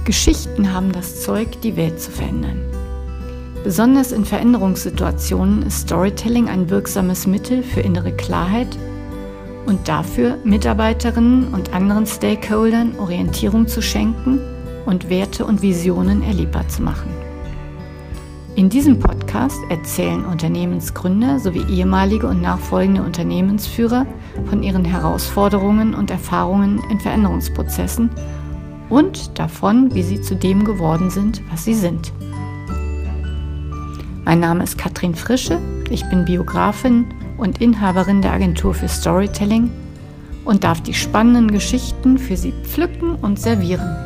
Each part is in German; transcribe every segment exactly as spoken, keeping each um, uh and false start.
Geschichten haben das Zeug, die Welt zu verändern. Besonders in Veränderungssituationen ist Storytelling ein wirksames Mittel für innere Klarheit und dafür, Mitarbeiterinnen und anderen Stakeholdern Orientierung zu schenken und Werte und Visionen erlebbar zu machen. In diesem Podcast erzählen Unternehmensgründer sowie ehemalige und nachfolgende Unternehmensführer von ihren Herausforderungen und Erfahrungen in Veränderungsprozessen und davon, wie sie zu dem geworden sind, was sie sind. Mein Name ist Katrin Frische, ich bin Biografin und Inhaberin der Agentur für Storytelling und darf die spannenden Geschichten für Sie pflücken und servieren.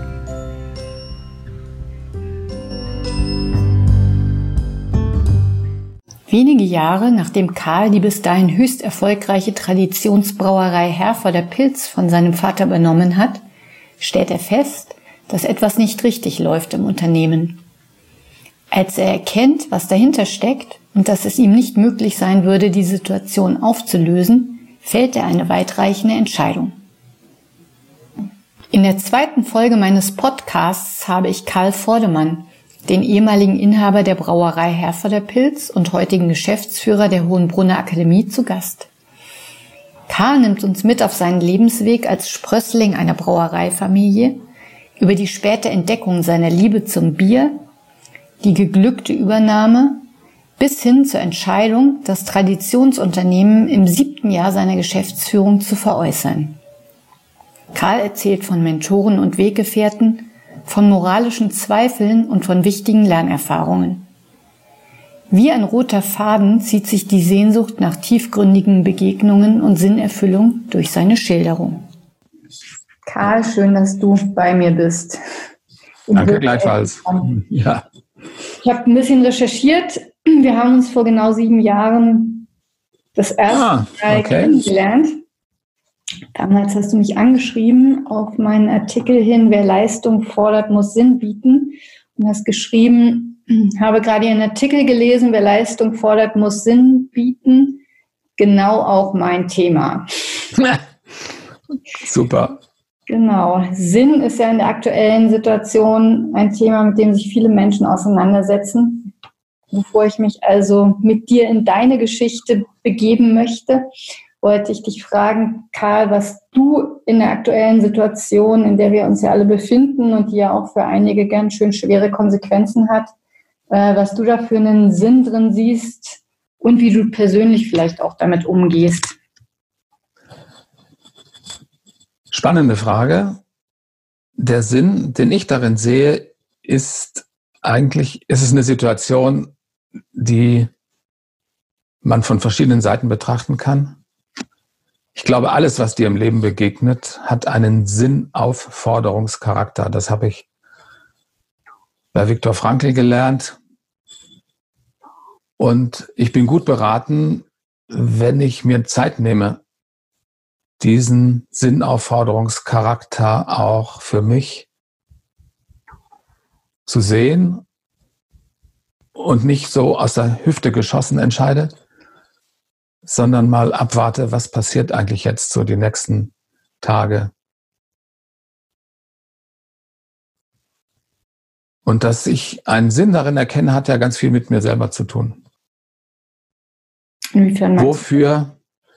Wenige Jahre nachdem Karl die bis dahin höchst erfolgreiche Traditionsbrauerei Herforder Pils von seinem Vater übernommen hat, stellt er fest, dass etwas nicht richtig läuft im Unternehmen. Als er erkennt, was dahinter steckt und dass es ihm nicht möglich sein würde, die Situation aufzulösen, fällt er eine weitreichende Entscheidung. In der zweiten Folge meines Podcasts habe ich Karl Vordemann, den ehemaligen Inhaber der Brauerei Herforder Pils und heutigen Geschäftsführer der Hohenbrunner Akademie, zu Gast. Karl nimmt uns mit auf seinen Lebensweg als Sprössling einer Brauereifamilie, über die späte Entdeckung seiner Liebe zum Bier, die geglückte Übernahme, bis hin zur Entscheidung, das Traditionsunternehmen im siebten Jahr seiner Geschäftsführung zu veräußern. Karl erzählt von Mentoren und Weggefährten, von moralischen Zweifeln und von wichtigen Lernerfahrungen. Wie ein roter Faden zieht sich die Sehnsucht nach tiefgründigen Begegnungen und Sinnerfüllung durch seine Schilderung. Karl, schön, dass du bei mir bist. Danke gleichfalls. Ja. Ich habe ein bisschen recherchiert. Wir haben uns vor genau sieben Jahren das erste ah, Mal okay. kennengelernt. Damals hast du mich angeschrieben auf meinen Artikel hin, wer Leistung fordert, muss Sinn bieten. Und hast geschrieben, habe gerade einen Artikel gelesen, wer Leistung fordert, muss Sinn bieten. Genau auch mein Thema. Super. Genau. Sinn ist ja in der aktuellen Situation ein Thema, mit dem sich viele Menschen auseinandersetzen. Bevor ich mich also mit dir in deine Geschichte begeben möchte, wollte ich dich fragen, Karl, was du in der aktuellen Situation, in der wir uns ja alle befinden und die ja auch für einige ganz schön schwere Konsequenzen hat, äh, was du da für einen Sinn drin siehst und wie du persönlich vielleicht auch damit umgehst. Spannende Frage. Der Sinn, den ich darin sehe, ist eigentlich, ist es eine Situation, die man von verschiedenen Seiten betrachten kann. Ich glaube, alles, was dir im Leben begegnet, hat einen Sinnaufforderungscharakter. Das habe ich bei Viktor Frankl gelernt. Und ich bin gut beraten, wenn ich mir Zeit nehme, diesen Sinnaufforderungscharakter auch für mich zu sehen und nicht so aus der Hüfte geschossen entscheide, sondern mal abwarte, was passiert eigentlich jetzt so die nächsten Tage. Und dass ich einen Sinn darin erkenne, hat ja ganz viel mit mir selber zu tun. Inwiefern? Wofür?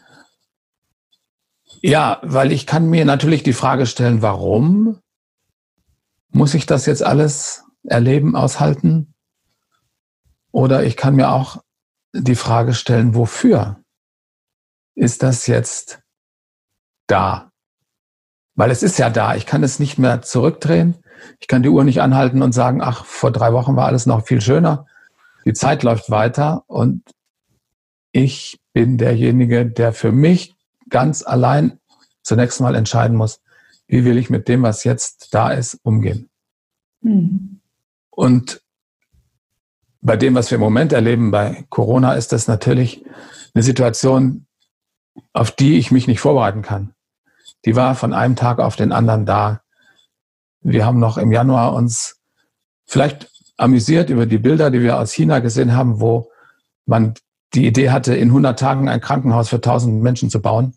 Ja, weil ich kann mir natürlich die Frage stellen, warum muss ich das jetzt alles erleben, aushalten? Oder ich kann mir auch die Frage stellen, wofür ist das jetzt da? Weil es ist ja da. Ich kann es nicht mehr zurückdrehen. Ich kann die Uhr nicht anhalten und sagen, ach, vor drei Wochen war alles noch viel schöner. Die Zeit läuft weiter und ich bin derjenige, der für mich ganz allein zunächst mal entscheiden muss, wie will ich mit dem, was jetzt da ist, umgehen. Mhm. Und bei dem, was wir im Moment erleben, bei Corona, ist das natürlich eine Situation, auf die ich mich nicht vorbereiten kann. Die war von einem Tag auf den anderen da. Wir haben noch im Januar uns vielleicht amüsiert über die Bilder, die wir aus China gesehen haben, wo man die Idee hatte, in hundert Tagen ein Krankenhaus für tausend Menschen zu bauen.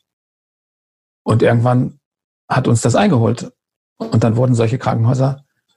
Und irgendwann hat uns das eingeholt. Und dann wurden solche Krankenhäuser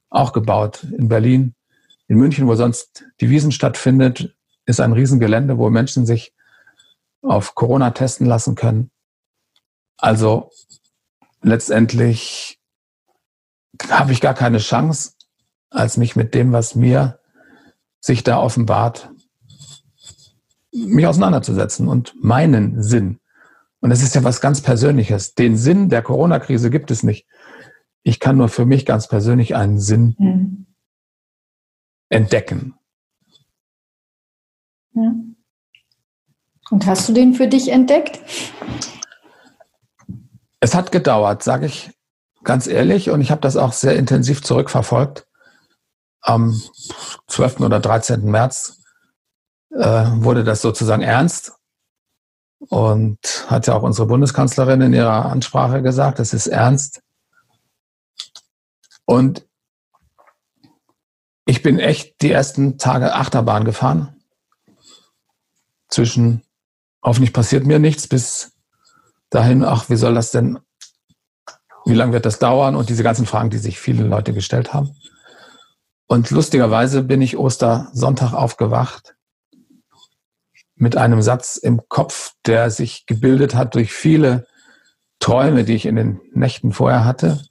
auch gebaut. In Berlin, in München, wo sonst die Wiesn stattfindet, ist ein Riesengelände, wo Menschen sich auf Corona testen lassen können. Also letztendlich habe ich gar keine Chance, als mich mit dem, was mir sich da offenbart, mich auseinanderzusetzen und meinen Sinn. Und es ist ja was ganz Persönliches. Den Sinn der Corona-Krise gibt es nicht. Ich kann nur für mich ganz persönlich einen Sinn mhm. entdecken. Ja. Und hast du den für dich entdeckt? Es hat gedauert, sage ich ganz ehrlich. Und ich habe das auch sehr intensiv zurückverfolgt. Am zwölften oder dreizehnten März äh, wurde das sozusagen ernst. Und hat ja auch unsere Bundeskanzlerin in ihrer Ansprache gesagt, es ist ernst. Und ich bin echt die ersten Tage Achterbahn gefahren. Zwischen hoffentlich passiert mir nichts bis dahin, ach, wie soll das denn, wie lange wird das dauern? Und diese ganzen Fragen, die sich viele Leute gestellt haben. Und lustigerweise bin ich Ostersonntag aufgewacht mit einem Satz im Kopf, der sich gebildet hat durch viele Träume, die ich in den Nächten vorher hatte,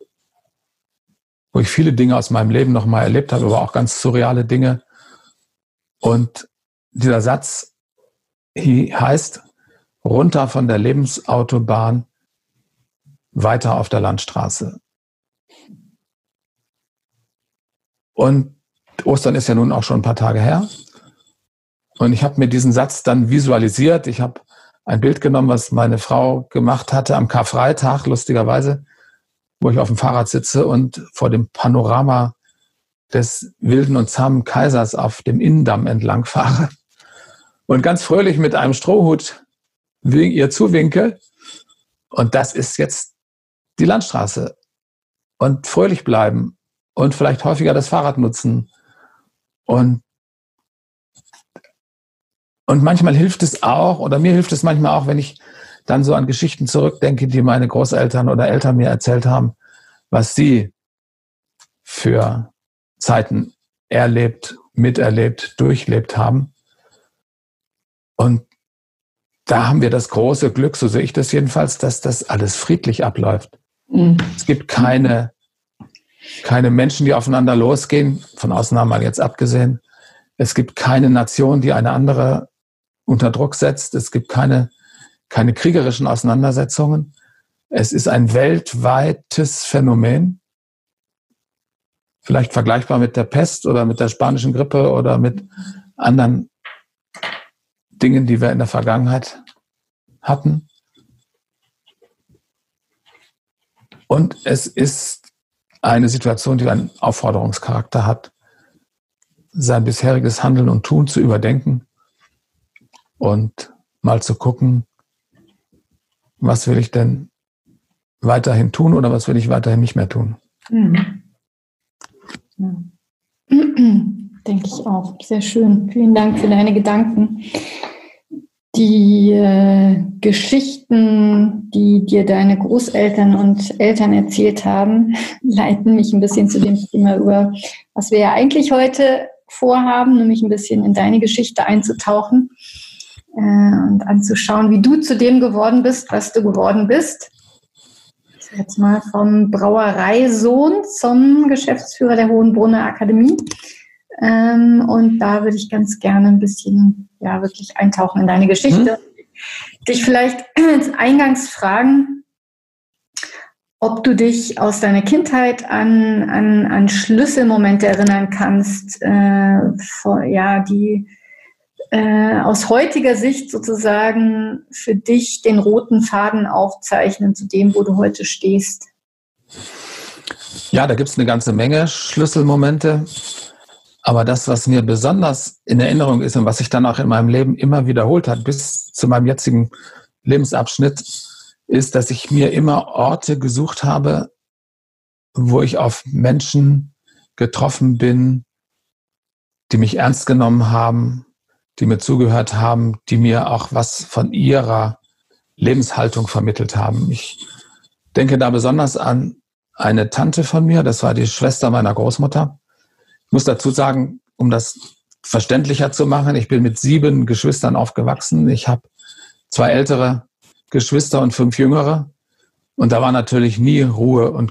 wo ich viele Dinge aus meinem Leben noch mal erlebt habe, aber auch ganz surreale Dinge. Und dieser Satz heißt, runter von der Lebensautobahn, weiter auf der Landstraße. Und Ostern ist ja nun auch schon ein paar Tage her. Und ich habe mir diesen Satz dann visualisiert. Ich habe ein Bild genommen, was meine Frau gemacht hatte am Karfreitag, lustigerweise, wo ich auf dem Fahrrad sitze und vor dem Panorama des wilden und zahmen Kaisers auf dem Innendamm entlang fahre und ganz fröhlich mit einem Strohhut ihr zuwinke. Und das ist jetzt die Landstraße. Und fröhlich bleiben und vielleicht häufiger das Fahrrad nutzen. Und, und manchmal hilft es auch, oder mir hilft es manchmal auch, wenn ich dann so an Geschichten zurückdenke, die meine Großeltern oder Eltern mir erzählt haben, was sie für Zeiten erlebt, miterlebt, durchlebt haben. Und da haben wir das große Glück, so sehe ich das jedenfalls, dass das alles friedlich abläuft. Mhm. Es gibt keine, keine Menschen, die aufeinander losgehen, von Ausnahmen mal jetzt abgesehen. Es gibt keine Nation, die eine andere unter Druck setzt. Es gibt keine, keine kriegerischen Auseinandersetzungen. Es ist ein weltweites Phänomen. Vielleicht vergleichbar mit der Pest oder mit der spanischen Grippe oder mit anderen Dingen, die wir in der Vergangenheit hatten. Und es ist eine Situation, die einen Aufforderungscharakter hat, sein bisheriges Handeln und Tun zu überdenken und mal zu gucken, was will ich denn weiterhin tun oder was will ich weiterhin nicht mehr tun. Mhm. Ja. Denke ich auch. Sehr schön. Vielen Dank für deine Gedanken. Die äh, Geschichten, die dir deine Großeltern und Eltern erzählt haben, leiten mich ein bisschen zu dem Thema über, was wir ja eigentlich heute vorhaben, nämlich ein bisschen in deine Geschichte einzutauchen äh, und anzuschauen, wie du zu dem geworden bist, was du geworden bist. Jetzt mal vom Brauereisohn zum Geschäftsführer der Hohenbrunner Akademie. Ähm, und da würde ich ganz gerne ein bisschen, ja, wirklich eintauchen in deine Geschichte. Hm. Dich vielleicht als Eingangs fragen, ob du dich aus deiner Kindheit an, an, an Schlüsselmomente erinnern kannst, äh, vor, ja, die äh, aus heutiger Sicht sozusagen für dich den roten Faden aufzeichnen zu dem, wo du heute stehst. Ja, da gibt es eine ganze Menge Schlüsselmomente. Aber das, was mir besonders in Erinnerung ist und was sich dann auch in meinem Leben immer wiederholt hat, bis zu meinem jetzigen Lebensabschnitt, ist, dass ich mir immer Orte gesucht habe, wo ich auf Menschen getroffen bin, die mich ernst genommen haben, die mir zugehört haben, die mir auch was von ihrer Lebenshaltung vermittelt haben. Ich denke da besonders an eine Tante von mir, das war die Schwester meiner Großmutter. Ich muss dazu sagen, um das verständlicher zu machen, ich bin mit sieben Geschwistern aufgewachsen. Ich habe zwei ältere Geschwister und fünf jüngere. Und da war natürlich nie Ruhe und,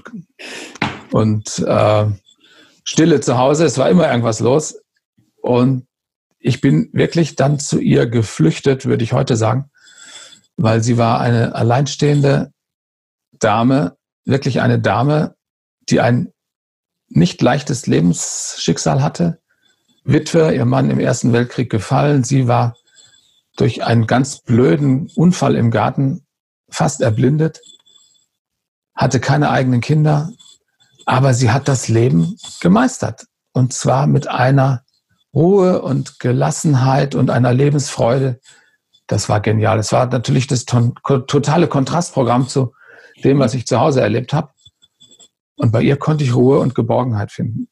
und äh, Stille zu Hause. Es war immer irgendwas los. Und ich bin wirklich dann zu ihr geflüchtet, würde ich heute sagen, weil sie war eine alleinstehende Dame, wirklich eine Dame, die ein nicht leichtes Lebensschicksal hatte. Witwe, ihr Mann im Ersten Weltkrieg gefallen. Sie war durch einen ganz blöden Unfall im Garten fast erblindet, hatte keine eigenen Kinder, aber sie hat das Leben gemeistert. Und zwar mit einer Ruhe und Gelassenheit und einer Lebensfreude. Das war genial. Es war natürlich das ton- totale Kontrastprogramm zu dem, was ich zu Hause erlebt habe. Und bei ihr konnte ich Ruhe und Geborgenheit finden.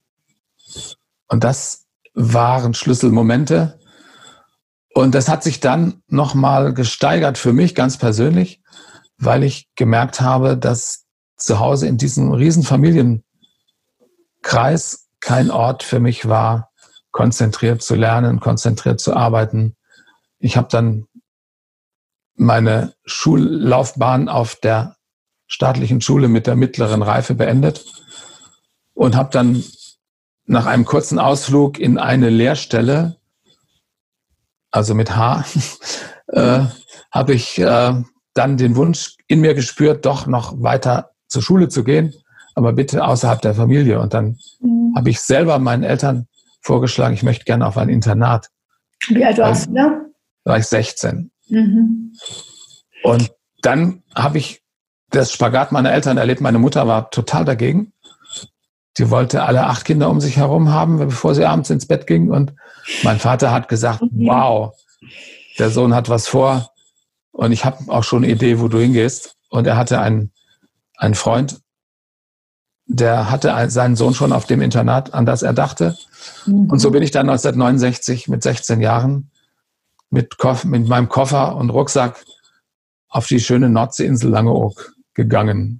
Und das waren Schlüsselmomente. Und das hat sich dann nochmal gesteigert für mich ganz persönlich, weil ich gemerkt habe, dass zu Hause in diesem riesen Familienkreis kein Ort für mich war, konzentriert zu lernen, konzentriert zu arbeiten. Ich habe dann meine Schullaufbahn auf der staatlichen Schule mit der mittleren Reife beendet und habe dann nach einem kurzen Ausflug in eine Lehrstelle, also mit H, äh, habe ich äh, dann den Wunsch in mir gespürt, doch noch weiter zur Schule zu gehen, aber bitte außerhalb der Familie. Und dann mhm. habe ich selber meinen Eltern vorgeschlagen, ich möchte gerne auf ein Internat. Wie alt warst du da? Da war ich sechzehn. Mhm. Und dann habe ich das Spagat meiner Eltern erlebt. Meine Mutter war total dagegen. Die wollte alle acht Kinder um sich herum haben, bevor sie abends ins Bett ging. Und mein Vater hat gesagt, wow, der Sohn hat was vor. Und ich habe auch schon eine Idee, wo du hingehst. Und er hatte einen, einen Freund, der hatte seinen Sohn schon auf dem Internat, an das er dachte. Mhm. Und so bin ich dann neunzehnhundertneunundsechzig mit sechzehn Jahren mit, Koff, mit meinem Koffer und Rucksack auf die schöne Nordseeinsel Langeoog gegangen.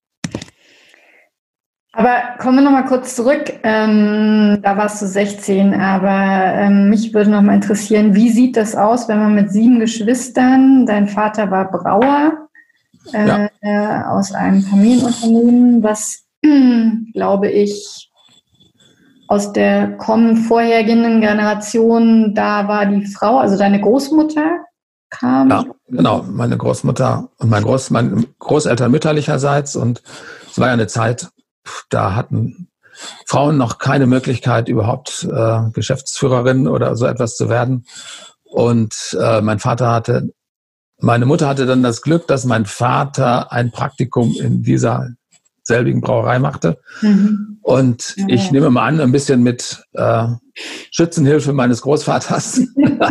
Aber kommen wir noch mal kurz zurück. Ähm, da warst du sechzehn, aber ähm, mich würde noch mal interessieren, wie sieht das aus, wenn man mit sieben Geschwistern, dein Vater war Brauer äh, ja. äh, aus einem Familienunternehmen, was, glaube ich, aus der kommenden vorhergehenden Generation, da war die Frau, also deine Großmutter kam. Ja, genau, meine Großmutter und mein Groß, meine Großeltern mütterlicherseits. Und es war ja eine Zeit, da hatten Frauen noch keine Möglichkeit, überhaupt äh, Geschäftsführerin oder so etwas zu werden. Und äh, mein Vater hatte, meine Mutter hatte dann das Glück, dass mein Vater ein Praktikum in dieser selbigen Brauerei machte. Mhm. Und ja, ich ja. nehme mal an, ein bisschen mit äh, Schützenhilfe meines Großvaters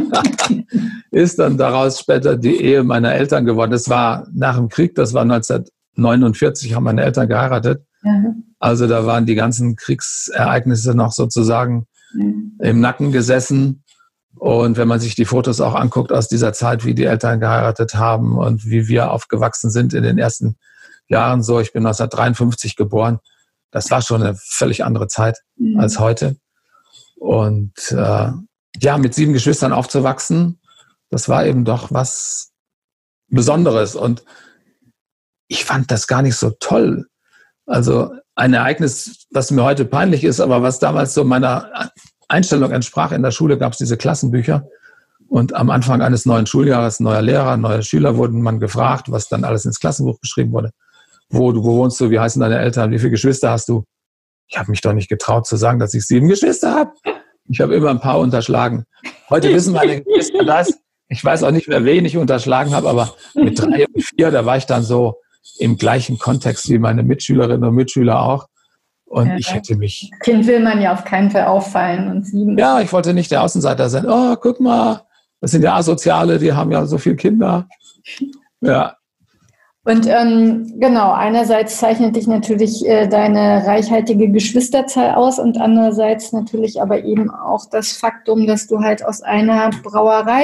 ist dann daraus später die Ehe meiner Eltern geworden. Das war nach dem Krieg, das war neunzehnhundertneunundvierzig, haben meine Eltern geheiratet. Mhm. Also da waren die ganzen Kriegsereignisse noch sozusagen mhm. im Nacken gesessen. Und wenn man sich die Fotos auch anguckt aus dieser Zeit, wie die Eltern geheiratet haben und wie wir aufgewachsen sind in den ersten Jahren, so, ich bin neunzehnhundertdreiundfünfzig geboren, das war schon eine völlig andere Zeit mhm. als heute. Und äh, ja, mit sieben Geschwistern aufzuwachsen, das war eben doch was Besonderes. Und ich fand das gar nicht so toll. Also ein Ereignis, was mir heute peinlich ist, aber was damals so meiner Einstellung entsprach. In der Schule gab es diese Klassenbücher. Und am Anfang eines neuen Schuljahres, neuer Lehrer, neue Schüler wurden man gefragt, was dann alles ins Klassenbuch geschrieben wurde. Wo, du, wo wohnst du? Wie heißen deine Eltern? Wie viele Geschwister hast du? Ich habe mich doch nicht getraut zu sagen, dass ich sieben Geschwister habe. Ich habe immer ein paar unterschlagen. Heute wissen meine Geschwister das. Ich weiß auch nicht mehr, wen ich unterschlagen habe, aber mit drei und vier, da war ich dann so im gleichen Kontext wie meine Mitschülerinnen und Mitschüler auch. Und ja, ich hätte mich... Kind will man ja auf keinen Fall auffallen. Und sieben. Ja, ich wollte nicht der Außenseiter sein. Oh, guck mal, das sind ja Asoziale, die haben ja so viele Kinder. Ja. Und ähm, genau, einerseits zeichnet dich natürlich äh, deine reichhaltige Geschwisterzahl aus und andererseits natürlich aber eben auch das Faktum, dass du halt aus einer Brauerei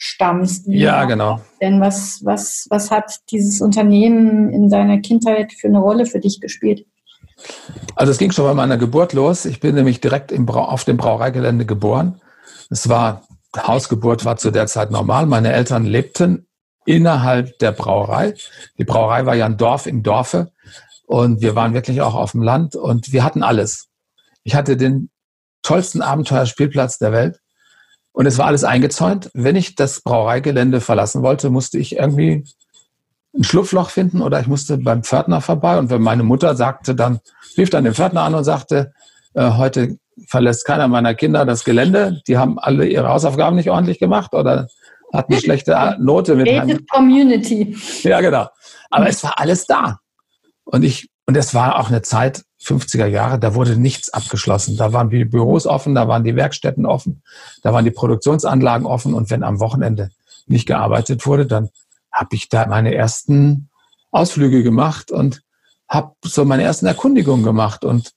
stammst. Wie ja, genau. Denn was, was, was hat dieses Unternehmen in deiner Kindheit für eine Rolle für dich gespielt? Also es ging schon bei meiner Geburt los. Ich bin nämlich direkt im Brau- auf dem Brauereigelände geboren. Es war, Hausgeburt war zu der Zeit normal. Meine Eltern lebten innerhalb der Brauerei. Die Brauerei war ja ein Dorf im Dorfe und wir waren wirklich auch auf dem Land und wir hatten alles. Ich hatte den tollsten Abenteuerspielplatz der Welt und es war alles eingezäunt. Wenn ich das Brauereigelände verlassen wollte, musste ich irgendwie ein Schlupfloch finden oder ich musste beim Pförtner vorbei. Und wenn meine Mutter sagte dann, rief dann den Pförtner an und sagte, äh, heute verlässt keiner meiner Kinder das Gelände, die haben alle ihre Hausaufgaben nicht ordentlich gemacht oder hatten eine schlechte Note mit Gated Community. Ja, genau. Aber es war alles da. Und ich, und es war auch eine Zeit, fünfziger Jahre, da wurde nichts abgeschlossen. Da waren die Büros offen, da waren die Werkstätten offen, da waren die Produktionsanlagen offen. Und wenn am Wochenende nicht gearbeitet wurde, dann habe ich da meine ersten Ausflüge gemacht und habe so meine ersten Erkundigungen gemacht und,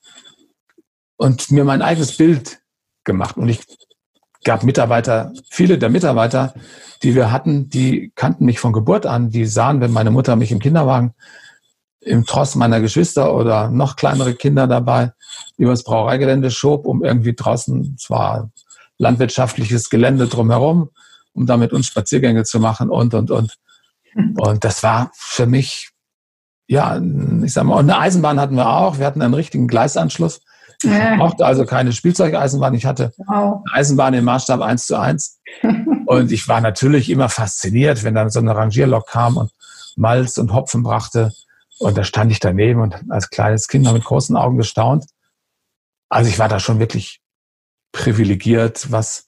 und mir mein eigenes Bild gemacht. Und ich gab Mitarbeiter, viele der Mitarbeiter, die wir hatten, die kannten mich von Geburt an. Die sahen, wenn meine Mutter mich im Kinderwagen im Tross meiner Geschwister oder noch kleinere Kinder dabei übers Brauereigelände schob, um irgendwie draußen, es war landwirtschaftliches Gelände drumherum, um da mit uns Spaziergänge zu machen und, und, und. Und das war für mich, ja, ich sag mal, und eine Eisenbahn hatten wir auch. Wir hatten einen richtigen Gleisanschluss. Ich Ja. brauchte also keine Spielzeugeisenbahn. Ich hatte Wow. eine Eisenbahn im Maßstab eins zu eins. Und ich war natürlich immer fasziniert, wenn dann so eine Rangierlok kam und Malz und Hopfen brachte. Und da stand ich daneben und als kleines Kind mit großen Augen gestaunt. Also ich war da schon wirklich privilegiert, was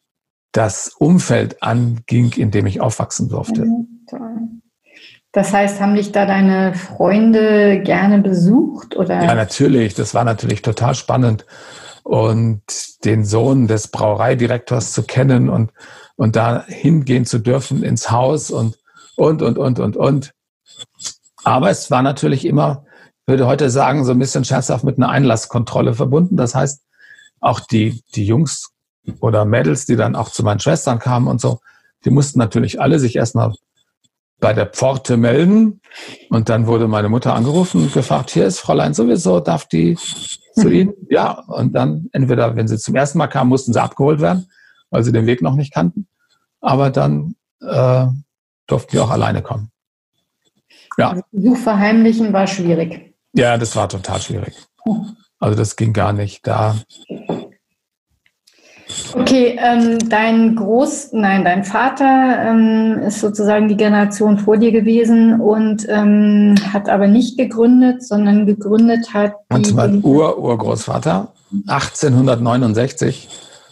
das Umfeld anging, in dem ich aufwachsen durfte. Das heißt, haben dich da deine Freunde gerne besucht? Oder? Ja, natürlich. Das war natürlich total spannend. Und den Sohn des Brauereidirektors zu kennen und, und da hingehen zu dürfen ins Haus und, und, und, und, und, und. Aber es war natürlich immer, ich würde heute sagen, so ein bisschen scherzhaft mit einer Einlasskontrolle verbunden. Das heißt, auch die, die Jungs oder Mädels, die dann auch zu meinen Schwestern kamen und so, die mussten natürlich alle sich erstmal bei der Pforte melden. Und dann wurde meine Mutter angerufen und gefragt, hier ist Fräulein sowieso, darf die zu Ihnen? Ja, und dann entweder, wenn sie zum ersten Mal kamen, mussten sie abgeholt werden, weil sie den Weg noch nicht kannten. Aber dann äh, durften die auch alleine kommen. Ja. Also Besuch verheimlichen war schwierig. Ja, das war total schwierig. Also das ging gar nicht. Da Okay, ähm, dein Groß, nein, dein Vater ähm, ist sozusagen die Generation vor dir gewesen und ähm, hat aber nicht gegründet, sondern gegründet hat die und mein Ur-Urgroßvater achtzehnhundertneunundsechzig,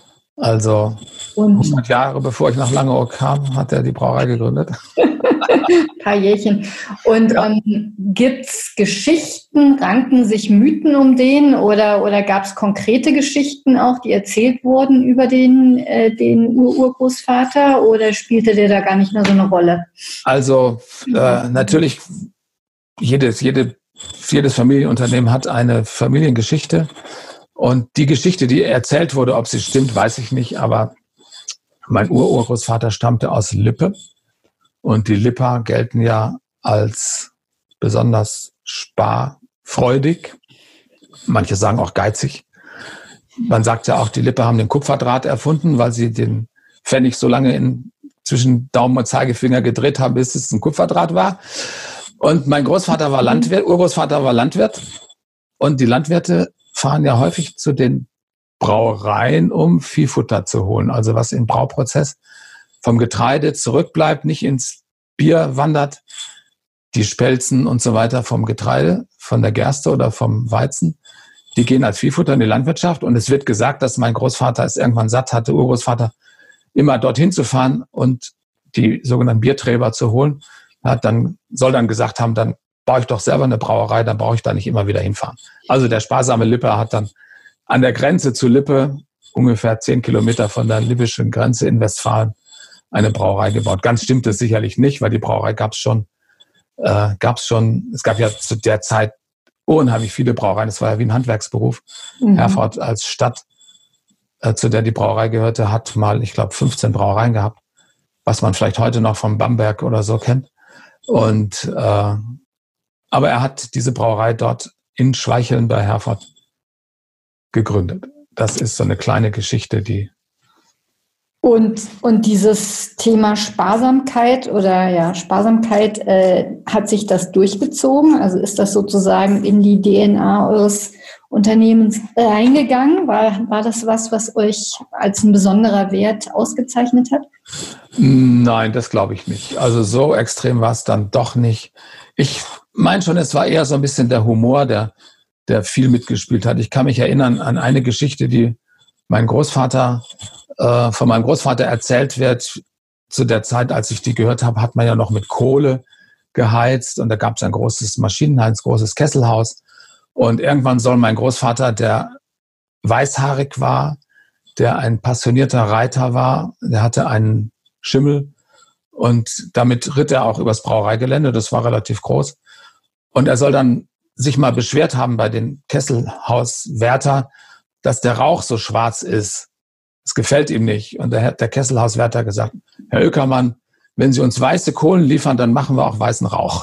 also und hundert Jahre bevor ich nach Langeoog kam, hat er die Brauerei gegründet. ein paar Jährchen. Und Ja. ähm, gibt es Geschichten, ranken sich Mythen um den oder, oder gab es konkrete Geschichten auch, die erzählt wurden über den, äh, den Ur-Urgroßvater oder spielte der da gar nicht mehr so eine Rolle? Also äh, natürlich, jedes, jede, jedes Familienunternehmen hat eine Familiengeschichte. Und die Geschichte, die erzählt wurde, ob sie stimmt, weiß ich nicht. Aber mein Ur-Urgroßvater stammte aus Lippe. Und die Lipper gelten ja als besonders sparfreudig. Manche sagen auch geizig. Man sagt ja auch, die Lipper haben den Kupferdraht erfunden, weil sie den Pfennig so lange in, zwischen Daumen und Zeigefinger gedreht haben, bis es ein Kupferdraht war. Und mein Großvater war Landwirt, Urgroßvater war Landwirt. Und die Landwirte fahren ja häufig zu den Brauereien, um Viehfutter zu holen. Also was im Brauprozess vom Getreide zurückbleibt, nicht ins Bier wandert, die Spelzen und so weiter vom Getreide, von der Gerste oder vom Weizen, die gehen als Viehfutter in die Landwirtschaft. Und es wird gesagt, dass mein Großvater es irgendwann satt hatte, Urgroßvater, immer dorthin zu fahren und die sogenannten Bierträber zu holen. Hat dann, soll dann gesagt haben, dann baue ich doch selber eine Brauerei, dann brauche ich da nicht immer wieder hinfahren. Also der sparsame Lipper hat dann an der Grenze zu Lippe, ungefähr zehn Kilometer von der lippischen Grenze in Westfalen, eine Brauerei gebaut. Ganz stimmt es sicherlich nicht, weil die Brauerei gab es schon, äh, gab es schon, es gab ja zu der Zeit unheimlich viele Brauereien. Es war ja wie ein Handwerksberuf. Mhm. Herford als Stadt, äh, zu der die Brauerei gehörte, hat mal, ich glaube, fünfzehn Brauereien gehabt. was man vielleicht heute noch vom Bamberg oder so kennt. Und äh, aber er hat diese Brauerei dort in Schweicheln bei Herford gegründet. Das ist so eine kleine Geschichte, die Und, und dieses Thema Sparsamkeit oder ja, Sparsamkeit, äh, hat sich das durchgezogen? Also ist das sozusagen in die D N A eures Unternehmens reingegangen? War, war das was, was euch als ein besonderer Wert ausgezeichnet hat? Nein, das glaube ich nicht. Also so extrem war es dann doch nicht. Ich meine schon, es war eher so ein bisschen der Humor, der, der viel mitgespielt hat. Ich kann mich erinnern an eine Geschichte, die mein Großvater, äh, von meinem Großvater erzählt wird. Zu der Zeit, als ich die gehört habe, hat man ja noch mit Kohle geheizt und da gab es ein großes Maschinenhaus, großes Kesselhaus. Und irgendwann soll mein Großvater, der weißhaarig war, der ein passionierter Reiter war, der hatte einen Schimmel und damit ritt er auch übers Brauereigelände, das war relativ groß. Und er soll dann sich mal beschwert haben bei den Kesselhauswärter, dass der Rauch so schwarz ist. Das gefällt ihm nicht. Und der, der Kesselhauswärter gesagt, Herr Oeckermann, wenn Sie uns weiße Kohlen liefern, dann machen wir auch weißen Rauch.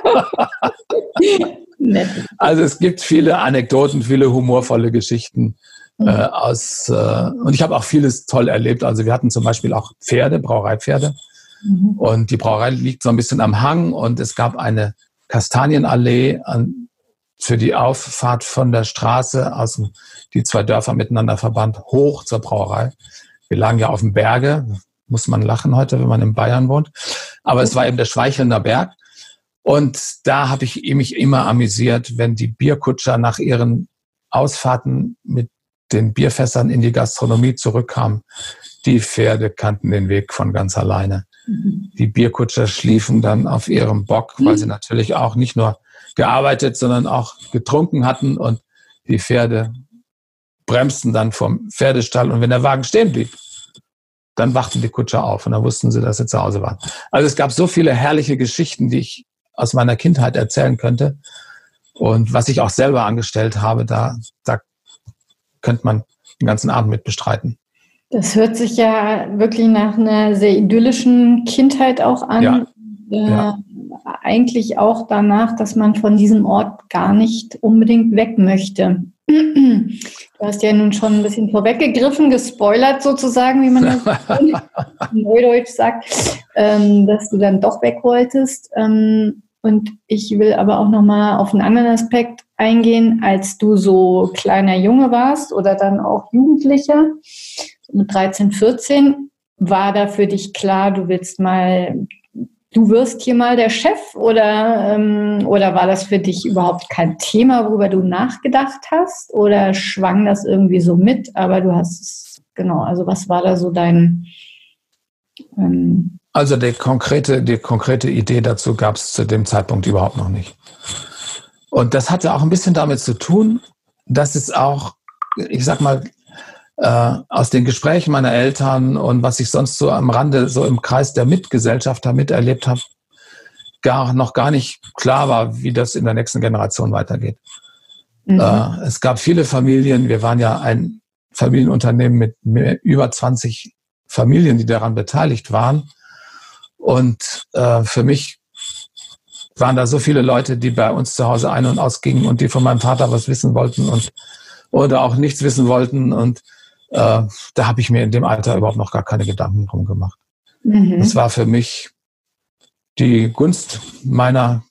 Also es gibt viele Anekdoten, viele humorvolle Geschichten. Mhm. Äh, aus, äh, und ich habe auch vieles toll erlebt. Also wir hatten zum Beispiel auch Pferde, Brauereipferde. Mhm. Und die Brauerei liegt so ein bisschen am Hang und es gab eine Kastanienallee an, für die Auffahrt von der Straße, aus dem, die zwei Dörfer miteinander verband, hoch zur Brauerei. Wir lagen ja auf dem Berge, muss man lachen heute, wenn man in Bayern wohnt. Aber es war eben der Schweichelnder Berg. Und da habe ich mich immer amüsiert, wenn die Bierkutscher nach ihren Ausfahrten mit den Bierfässern in die Gastronomie zurückkamen. Die Pferde kannten den Weg von ganz alleine. Mhm. Die Bierkutscher schliefen dann auf ihrem Bock, weil sie natürlich auch nicht nur gearbeitet, sondern auch getrunken hatten. Und die Pferde bremsten dann vom Pferdestall. Und wenn der Wagen stehen blieb, dann wachten die Kutscher auf. Und dann wussten sie, dass sie zu Hause waren. Also es gab so viele herrliche Geschichten, die ich aus meiner Kindheit erzählen könnte. Und was ich auch selber angestellt habe, da, da könnte man den ganzen Abend mit bestreiten. Das hört sich ja wirklich nach einer sehr idyllischen Kindheit auch an. Ja. Äh, ja. Eigentlich auch danach, dass man von diesem Ort gar nicht unbedingt weg möchte. Du hast ja nun schon ein bisschen vorweggegriffen, gespoilert sozusagen, wie man das in Neudeutsch sagt, ähm, dass du dann doch weg wolltest. Ähm, und ich will aber auch nochmal auf einen anderen Aspekt eingehen, als du so kleiner Junge warst oder dann auch Jugendlicher, mit dreizehn, vierzehn, war da für dich klar, du willst mal, du wirst hier mal der Chef oder, ähm, oder war das für dich überhaupt kein Thema, worüber du nachgedacht hast oder schwang das irgendwie so mit, aber du hast es, genau, also was war da so dein... Ähm also die konkrete, die konkrete Idee dazu gab es zu dem Zeitpunkt überhaupt noch nicht. Und das hatte auch ein bisschen damit zu tun, dass es auch, ich sag mal, äh, aus den Gesprächen meiner Eltern und was ich sonst so am Rande, so im Kreis der Mitgesellschafter miterlebt habe, gar, noch gar nicht klar war, wie das in der nächsten Generation weitergeht. Mhm. Äh, es gab viele Familien, wir waren ja ein Familienunternehmen mit mehr, über zwanzig Familien, die daran beteiligt waren. Und äh, für mich waren da so viele Leute, die bei uns zu Hause ein- und ausgingen und die von meinem Vater was wissen wollten und oder auch nichts wissen wollten. Und äh, da habe ich mir in dem Alter überhaupt noch gar keine Gedanken drum gemacht. Mhm. Das war für mich die Gunst meiner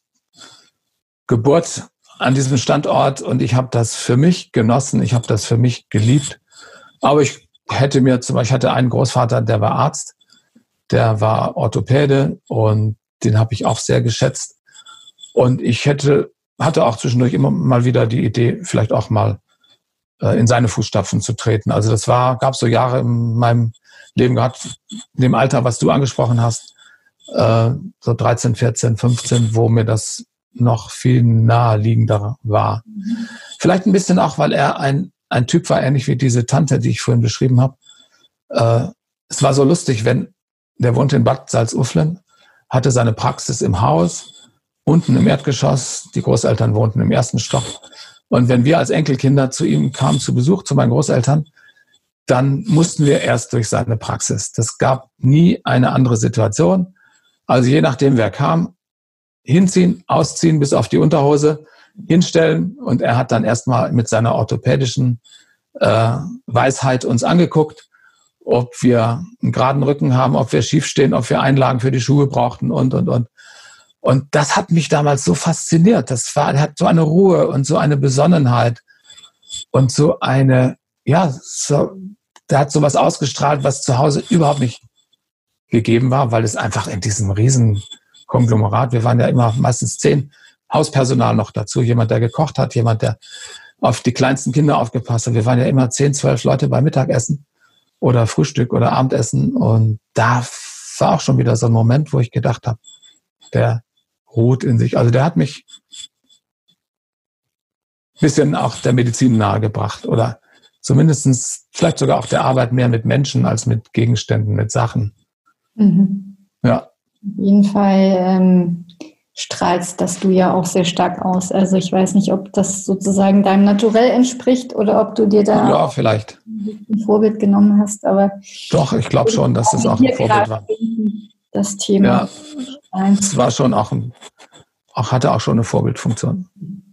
Geburt an diesem Standort und ich habe das für mich genossen, ich habe das für mich geliebt. Aber ich hätte mir zum Beispiel, ich hatte einen Großvater, der war Arzt, der war Orthopäde und den habe ich auch sehr geschätzt. Und ich hätte, hatte auch zwischendurch immer mal wieder die Idee, vielleicht auch mal äh, in seine Fußstapfen zu treten. Also das war, gab so Jahre in meinem Leben gehabt, in dem Alter, was du angesprochen hast, äh, so dreizehn, vierzehn, fünfzehn, wo mir das noch viel naheliegender war. Mhm. Vielleicht ein bisschen auch, weil er ein, ein Typ war, ähnlich wie diese Tante, die ich vorhin beschrieben habe. Äh, es war so lustig, wenn der wohnte in Bad Salzuflen, hatte seine Praxis im Haus, unten im Erdgeschoss. Die Großeltern wohnten im ersten Stock. Und wenn wir als Enkelkinder zu ihm kamen zu Besuch, zu meinen Großeltern, dann mussten wir erst durch seine Praxis. Das gab nie eine andere Situation. Also je nachdem, wer kam, hinziehen, ausziehen bis auf die Unterhose, hinstellen. Und er hat dann erstmal mit seiner orthopädischen äh, Weisheit uns angeguckt, ob wir einen geraden Rücken haben, ob wir schief stehen, ob wir Einlagen für die Schuhe brauchten und, und, und. Und das hat mich damals so fasziniert. Das war, er hat so eine Ruhe und so eine Besonnenheit und so eine, ja, so, der hat sowas ausgestrahlt, was zu Hause überhaupt nicht gegeben war, weil es einfach in diesem riesen Konglomerat, wir waren ja immer meistens zehn, Hauspersonal noch dazu, jemand, der gekocht hat, jemand, der auf die kleinsten Kinder aufgepasst hat. Wir waren ja immer zehn, zwölf Leute beim Mittagessen oder Frühstück oder Abendessen. Und da war auch schon wieder so ein Moment, wo ich gedacht habe, der ruht in sich. Also der hat mich ein bisschen auch der Medizin nahegebracht oder zumindest vielleicht sogar auch der Arbeit mehr mit Menschen als mit Gegenständen, mit Sachen. Mhm. Ja. Auf jeden Fall ähm, strahlst das du ja auch sehr stark aus. Also ich weiß nicht, ob das sozusagen deinem Naturell entspricht oder ob du dir da ja, vielleicht ein Vorbild genommen hast. Aber doch, ich glaube schon, dass das auch ein Vorbild war. Das Thema. Ja, es war schon auch ein, auch hatte auch schon eine Vorbildfunktion.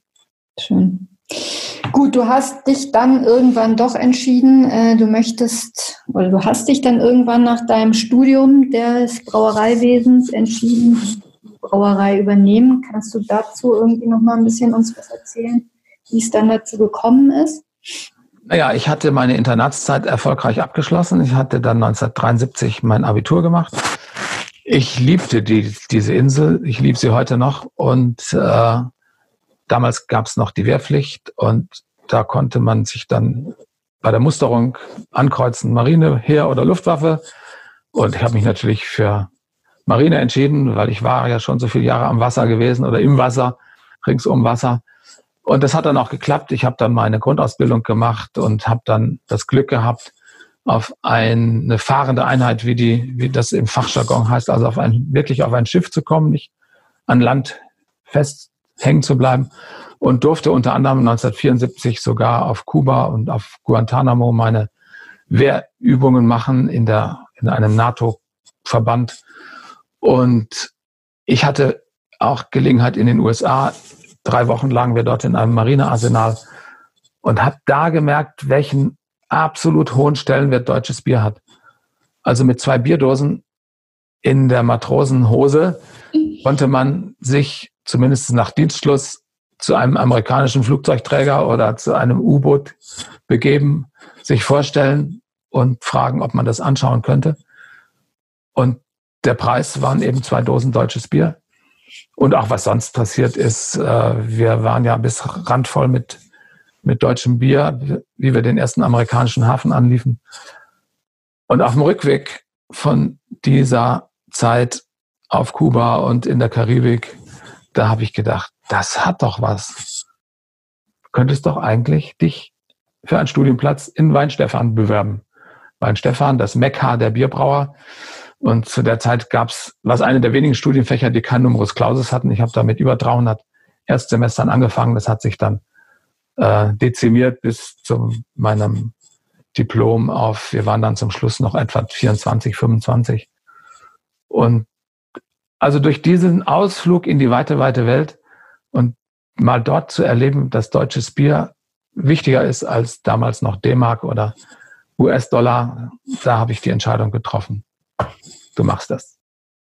Schön. Gut, du hast dich dann irgendwann doch entschieden, äh, du möchtest, oder du hast dich dann irgendwann nach deinem Studium des Brauereiwesens entschieden, die Brauerei übernehmen. Kannst du dazu irgendwie noch mal ein bisschen uns was erzählen, wie es dann dazu gekommen ist? Naja, ich hatte meine Internatszeit erfolgreich abgeschlossen. Ich hatte dann neunzehnhundertdreiundsiebzig mein Abitur gemacht. Ich liebte die, diese Insel, ich liebe sie heute noch und äh, damals gab es noch die Wehrpflicht und da konnte man sich dann bei der Musterung ankreuzen, Marine, Heer oder Luftwaffe. Und ich habe mich natürlich für Marine entschieden, weil ich war ja schon so viele Jahre am Wasser gewesen oder im Wasser, ringsum Wasser. Und das hat dann auch geklappt. Ich habe dann meine Grundausbildung gemacht und habe dann das Glück gehabt, auf eine fahrende Einheit, wie die, wie das im Fachjargon heißt, also auf ein, wirklich auf ein Schiff zu kommen, nicht an Land fest hängen zu bleiben und durfte unter anderem neunzehnhundertvierundsiebzig sogar auf Kuba und auf Guantanamo meine Wehrübungen machen in der, in einem NATO-Verband. Und ich hatte auch Gelegenheit in den U S A. Drei Wochen lagen wir dort in einem Marinearsenal und habe da gemerkt, welchen absolut hohen Stellenwert deutsches Bier hat. Also mit zwei Bierdosen in der Matrosenhose konnte man sich zumindest nach Dienstschluss zu einem amerikanischen Flugzeugträger oder zu einem U-Boot begeben, sich vorstellen und fragen, ob man das anschauen könnte. Und der Preis waren eben zwei Dosen deutsches Bier. Und auch was sonst passiert ist, wir waren ja bis randvoll mit, mit deutschem Bier, wie wir den ersten amerikanischen Hafen anliefen. Und auf dem Rückweg von dieser Zeit auf Kuba und in der Karibik, da habe ich gedacht, das hat doch was. Du könntest doch eigentlich dich für einen Studienplatz in Weinstefan bewerben. Weinstefan, das Mekka der Bierbrauer. Und zu der Zeit gab es, was eine der wenigen Studienfächer, die keinen Numerus Clausus hatten. Ich habe da mit über dreihundert Erstsemestern angefangen. Das hat sich dann äh, dezimiert bis zu meinem Diplom auf, wir waren dann zum Schluss noch etwa vierundzwanzig, fünfundzwanzig. Und also durch diesen Ausflug in die weite, weite Welt und mal dort zu erleben, dass deutsches Bier wichtiger ist als damals noch D-Mark oder U S-Dollar, da habe ich die Entscheidung getroffen. Du machst das.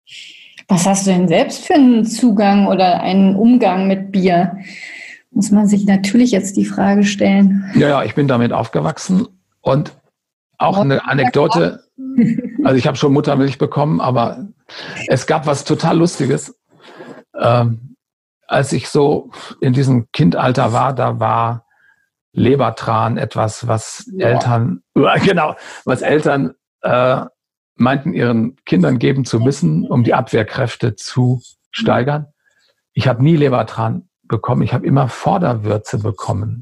Was hast du denn selbst für einen Zugang oder einen Umgang mit Bier? Muss man sich natürlich jetzt die Frage stellen. Ja, ja, ich bin damit aufgewachsen und auch eine Anekdote. Also ich habe schon Muttermilch bekommen, aber es gab was total Lustiges. Ähm, als ich so in diesem Kindalter war, da war Lebertran etwas, was ja. Eltern, genau, was Eltern äh, meinten, ihren Kindern geben zu müssen, um die Abwehrkräfte zu steigern. Ich habe nie Lebertran bekommen, ich habe immer Vorderwürze bekommen.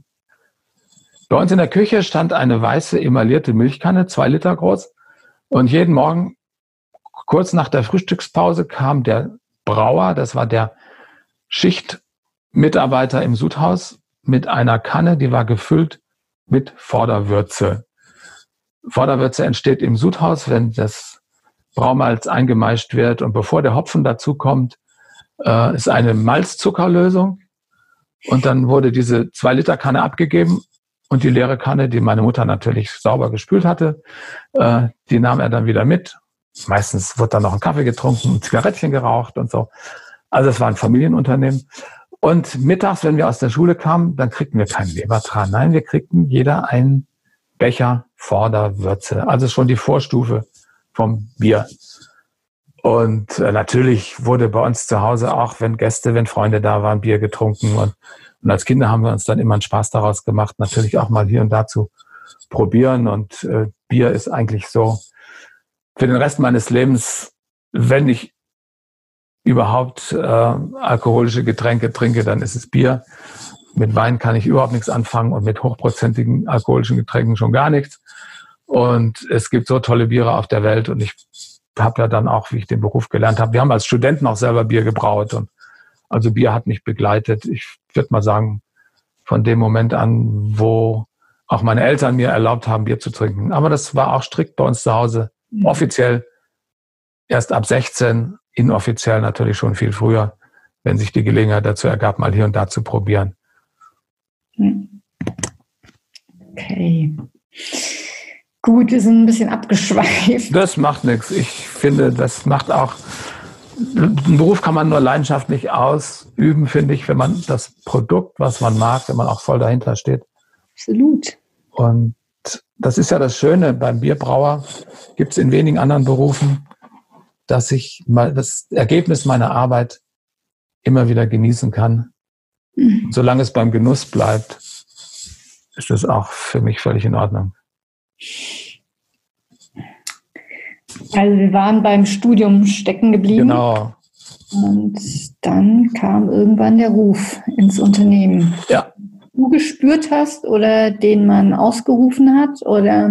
Bei uns in der Küche stand eine weiße emaillierte Milchkanne, zwei Liter groß. Und jeden Morgen, kurz nach der Frühstückspause, kam der Brauer, das war der Schichtmitarbeiter im Sudhaus, mit einer Kanne, die war gefüllt mit Vorderwürze. Vorderwürze entsteht im Sudhaus, wenn das Braumalz eingemeischt wird. Und bevor der Hopfen dazu kommt, äh, ist eine Malzzuckerlösung. Und dann wurde diese zwei Liter Kanne abgegeben. Und die leere Kanne, die meine Mutter natürlich sauber gespült hatte, äh, die nahm er dann wieder mit. Meistens wird dann noch ein Kaffee getrunken, ein Zigarettchen geraucht und so. Also es war ein Familienunternehmen. Und mittags, wenn wir aus der Schule kamen, dann kriegten wir keinen Lebertran. Nein, wir kriegten jeder einen Becher Vorderwürze. Also schon die Vorstufe vom Bier. Und äh, natürlich wurde bei uns zu Hause auch, wenn Gäste, wenn Freunde da waren, Bier getrunken. Und, und als Kinder haben wir uns dann immer einen Spaß daraus gemacht, natürlich auch mal hier und da zu probieren. Und äh, Bier ist eigentlich so für den Rest meines Lebens, wenn ich überhaupt äh, alkoholische Getränke trinke, dann ist es Bier. Mit Wein kann ich überhaupt nichts anfangen und mit hochprozentigen alkoholischen Getränken schon gar nichts. Und es gibt so tolle Biere auf der Welt. Und ich habe ja dann auch, wie ich den Beruf gelernt habe, wir haben als Studenten auch selber Bier gebraut. Und also Bier hat mich begleitet. Ich würde mal sagen, von dem Moment an, wo auch meine Eltern mir erlaubt haben, Bier zu trinken. Aber das war auch strikt bei uns zu Hause. Offiziell erst ab sechzehn, inoffiziell natürlich schon viel früher, wenn sich die Gelegenheit dazu ergab, mal hier und da zu probieren. Okay. Gut, wir sind ein bisschen abgeschweift. Das macht nichts. Ich finde, das macht auch, einen Beruf kann man nur leidenschaftlich ausüben, finde ich, wenn man das Produkt, was man mag, wenn man auch voll dahinter steht. Absolut. Und das ist ja das Schöne, beim Bierbrauer gibt es in wenigen anderen Berufen, dass ich mal das Ergebnis meiner Arbeit immer wieder genießen kann. Mhm. Solange es beim Genuss bleibt, ist das auch für mich völlig in Ordnung. Also wir waren beim Studium stecken geblieben. Genau. Und dann kam irgendwann der Ruf ins Unternehmen. Ja. Du gespürt hast oder den man ausgerufen hat? Oder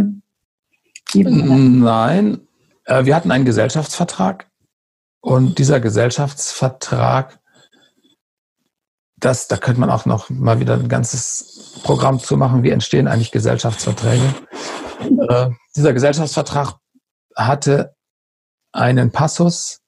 Nein, wir hatten einen Gesellschaftsvertrag und dieser Gesellschaftsvertrag, das, da könnte man auch noch mal wieder ein ganzes Programm zu machen, wie entstehen eigentlich Gesellschaftsverträge. Äh, dieser Gesellschaftsvertrag hatte einen Passus,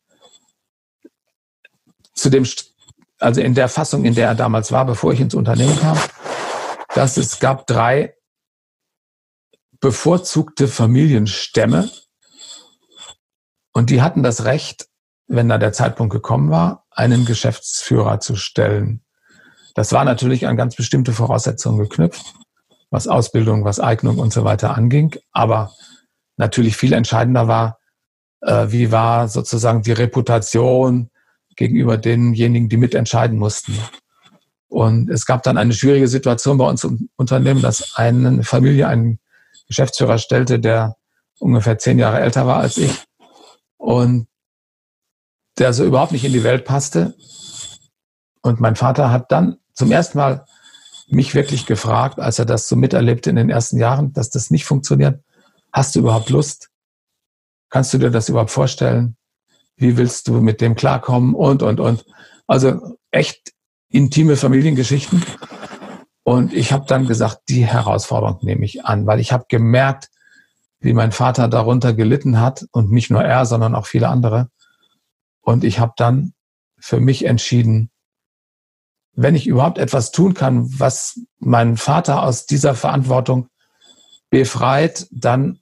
zu dem, also in der Fassung, in der er damals war, bevor ich ins Unternehmen kam, dass es gab drei bevorzugte Familienstämme und die hatten das Recht, wenn da der Zeitpunkt gekommen war, einen Geschäftsführer zu stellen. Das war natürlich an ganz bestimmte Voraussetzungen geknüpft, was Ausbildung, was Eignung und so weiter anging. Aber natürlich viel entscheidender war, äh, wie war sozusagen die Reputation gegenüber denjenigen, die mitentscheiden mussten. Und es gab dann eine schwierige Situation bei uns im Unternehmen, dass eine Familie einen Geschäftsführer stellte, der ungefähr zehn Jahre älter war als ich und der so überhaupt nicht in die Welt passte. Und mein Vater hat dann zum ersten Mal mich wirklich gefragt, als er das so miterlebte in den ersten Jahren, dass das nicht funktioniert. Hast du überhaupt Lust? Kannst du dir das überhaupt vorstellen? Wie willst du mit dem klarkommen? Und, und, und. Also echt intime Familiengeschichten. Und ich habe dann gesagt, die Herausforderung nehme ich an, weil ich habe gemerkt, wie mein Vater darunter gelitten hat und nicht nur er, sondern auch viele andere. Und ich habe dann für mich entschieden, wenn ich überhaupt etwas tun kann, was meinen Vater aus dieser Verantwortung befreit, dann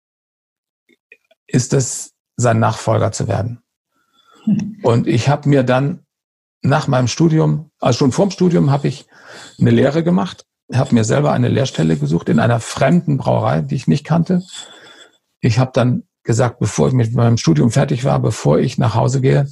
ist es, sein Nachfolger zu werden. Und ich habe mir dann nach meinem Studium, also schon vor dem Studium, habe ich eine Lehre gemacht, habe mir selber eine Lehrstelle gesucht in einer fremden Brauerei, die ich nicht kannte. Ich habe dann gesagt, bevor ich mit meinem Studium fertig war, bevor ich nach Hause gehe,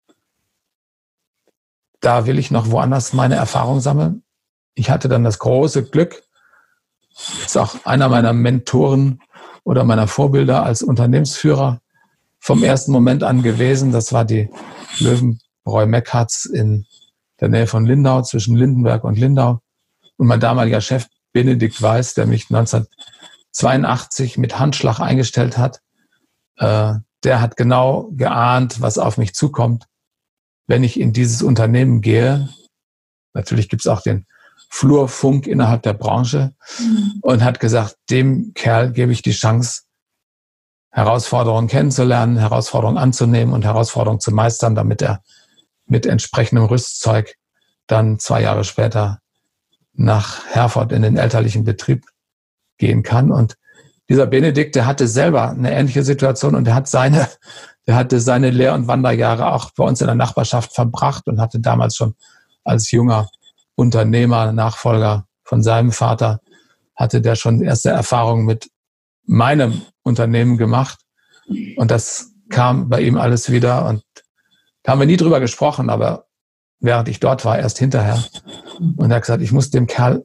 da will ich noch woanders meine Erfahrung sammeln. Ich hatte dann das große Glück, ist auch einer meiner Mentoren oder meiner Vorbilder als Unternehmensführer vom ersten Moment an gewesen. Das war die Löwenbräu Meckhartz in der Nähe von Lindau, zwischen Lindenberg und Lindau. Und mein damaliger Chef Benedikt Weiß, der mich neunzehnhundertzweiundachtzig mit Handschlag eingestellt hat, äh, der hat genau geahnt, was auf mich zukommt, wenn ich in dieses Unternehmen gehe. Natürlich gibt es auch den Flurfunk innerhalb der Branche mhm. und hat gesagt, dem Kerl gebe ich die Chance, Herausforderungen kennenzulernen, Herausforderungen anzunehmen und Herausforderungen zu meistern, damit er mit entsprechendem Rüstzeug dann zwei Jahre später nach Herford in den elterlichen Betrieb gehen kann. Und dieser Benedikt, der hatte selber eine ähnliche Situation und der hat seine, der hatte seine Lehr- und Wanderjahre auch bei uns in der Nachbarschaft verbracht und hatte damals schon als junger Unternehmer, Nachfolger von seinem Vater, hatte der schon erste Erfahrungen mit meinem Unternehmen gemacht. Und das kam bei ihm alles wieder. Und da haben wir nie drüber gesprochen, aber während ich dort war, erst hinterher. Und er hat gesagt, ich muss dem Kerl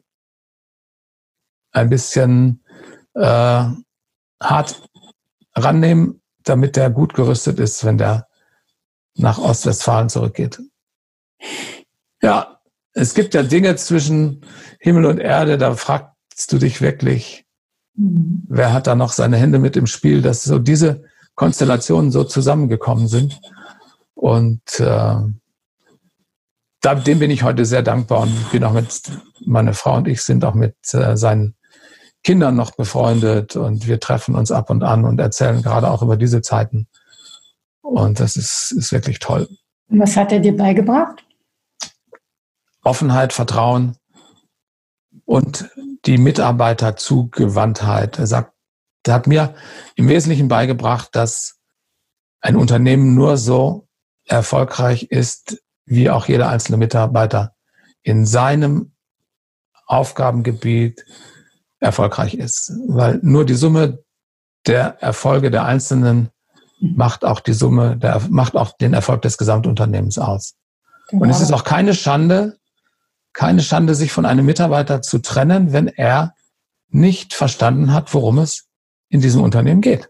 ein bisschen äh, hart rannehmen, damit der gut gerüstet ist, wenn der nach Ostwestfalen zurückgeht. Ja, es gibt ja Dinge zwischen Himmel und Erde, da fragst du dich wirklich, mhm. wer hat da noch seine Hände mit im Spiel, dass so diese Konstellationen so zusammengekommen sind. Und äh, da, dem bin ich heute sehr dankbar und bin auch mit, meine Frau und ich sind auch mit äh, seinen Kindern noch befreundet und wir treffen uns ab und an und erzählen gerade auch über diese Zeiten. Und das ist, ist wirklich toll. Und was hat er dir beigebracht? Offenheit, Vertrauen und die Mitarbeiterzugewandtheit. Er sagt, er hat mir im Wesentlichen beigebracht, dass ein Unternehmen nur so erfolgreich ist, wie auch jeder einzelne Mitarbeiter in seinem Aufgabengebiet erfolgreich ist. Weil nur die Summe der Erfolge der Einzelnen macht auch die Summe, der, macht auch den Erfolg des Gesamtunternehmens aus. Genau. Und es ist auch keine Schande, keine Schande, sich von einem Mitarbeiter zu trennen, wenn er nicht verstanden hat, worum es in diesem Unternehmen geht.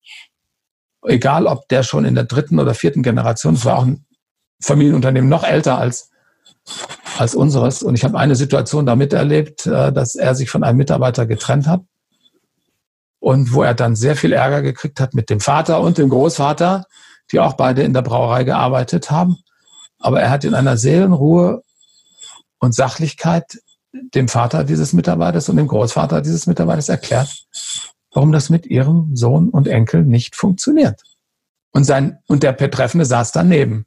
Egal, ob der schon in der dritten oder vierten Generation, es war auch ein Familienunternehmen noch älter als, als unseres. Und ich habe eine Situation da miterlebt, dass er sich von einem Mitarbeiter getrennt hat und wo er dann sehr viel Ärger gekriegt hat mit dem Vater und dem Großvater, die auch beide in der Brauerei gearbeitet haben. Aber er hat in einer Seelenruhe und Sachlichkeit dem Vater dieses Mitarbeiters und dem Großvater dieses Mitarbeiters erklärt, warum das mit ihrem Sohn und Enkel nicht funktioniert. Und, sein, und der Betreffende saß daneben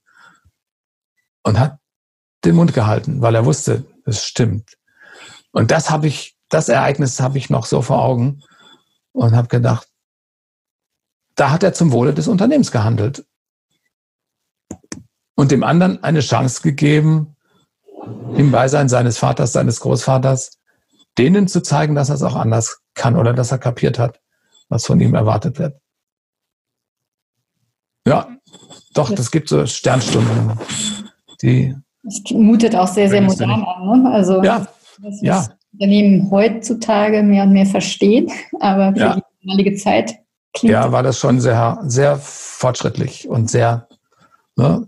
und hat den Mund gehalten, weil er wusste, es stimmt. Und das habe ich, das Ereignis habe ich noch so vor Augen und habe gedacht, da hat er zum Wohle des Unternehmens gehandelt und dem anderen eine Chance gegeben, im Beisein seines Vaters, seines Großvaters, denen zu zeigen, dass er es auch anders kann oder dass er kapiert hat, was von ihm erwartet wird. Ja, doch, das gibt so Sternstunden, die... Das mutet auch sehr, sehr modern an, ne? Also, ja, das, was ja. Unternehmen heutzutage mehr und mehr verstehen, aber für ja. die damalige Zeit klingt... Ja, war das schon sehr, sehr fortschrittlich und sehr... Ne?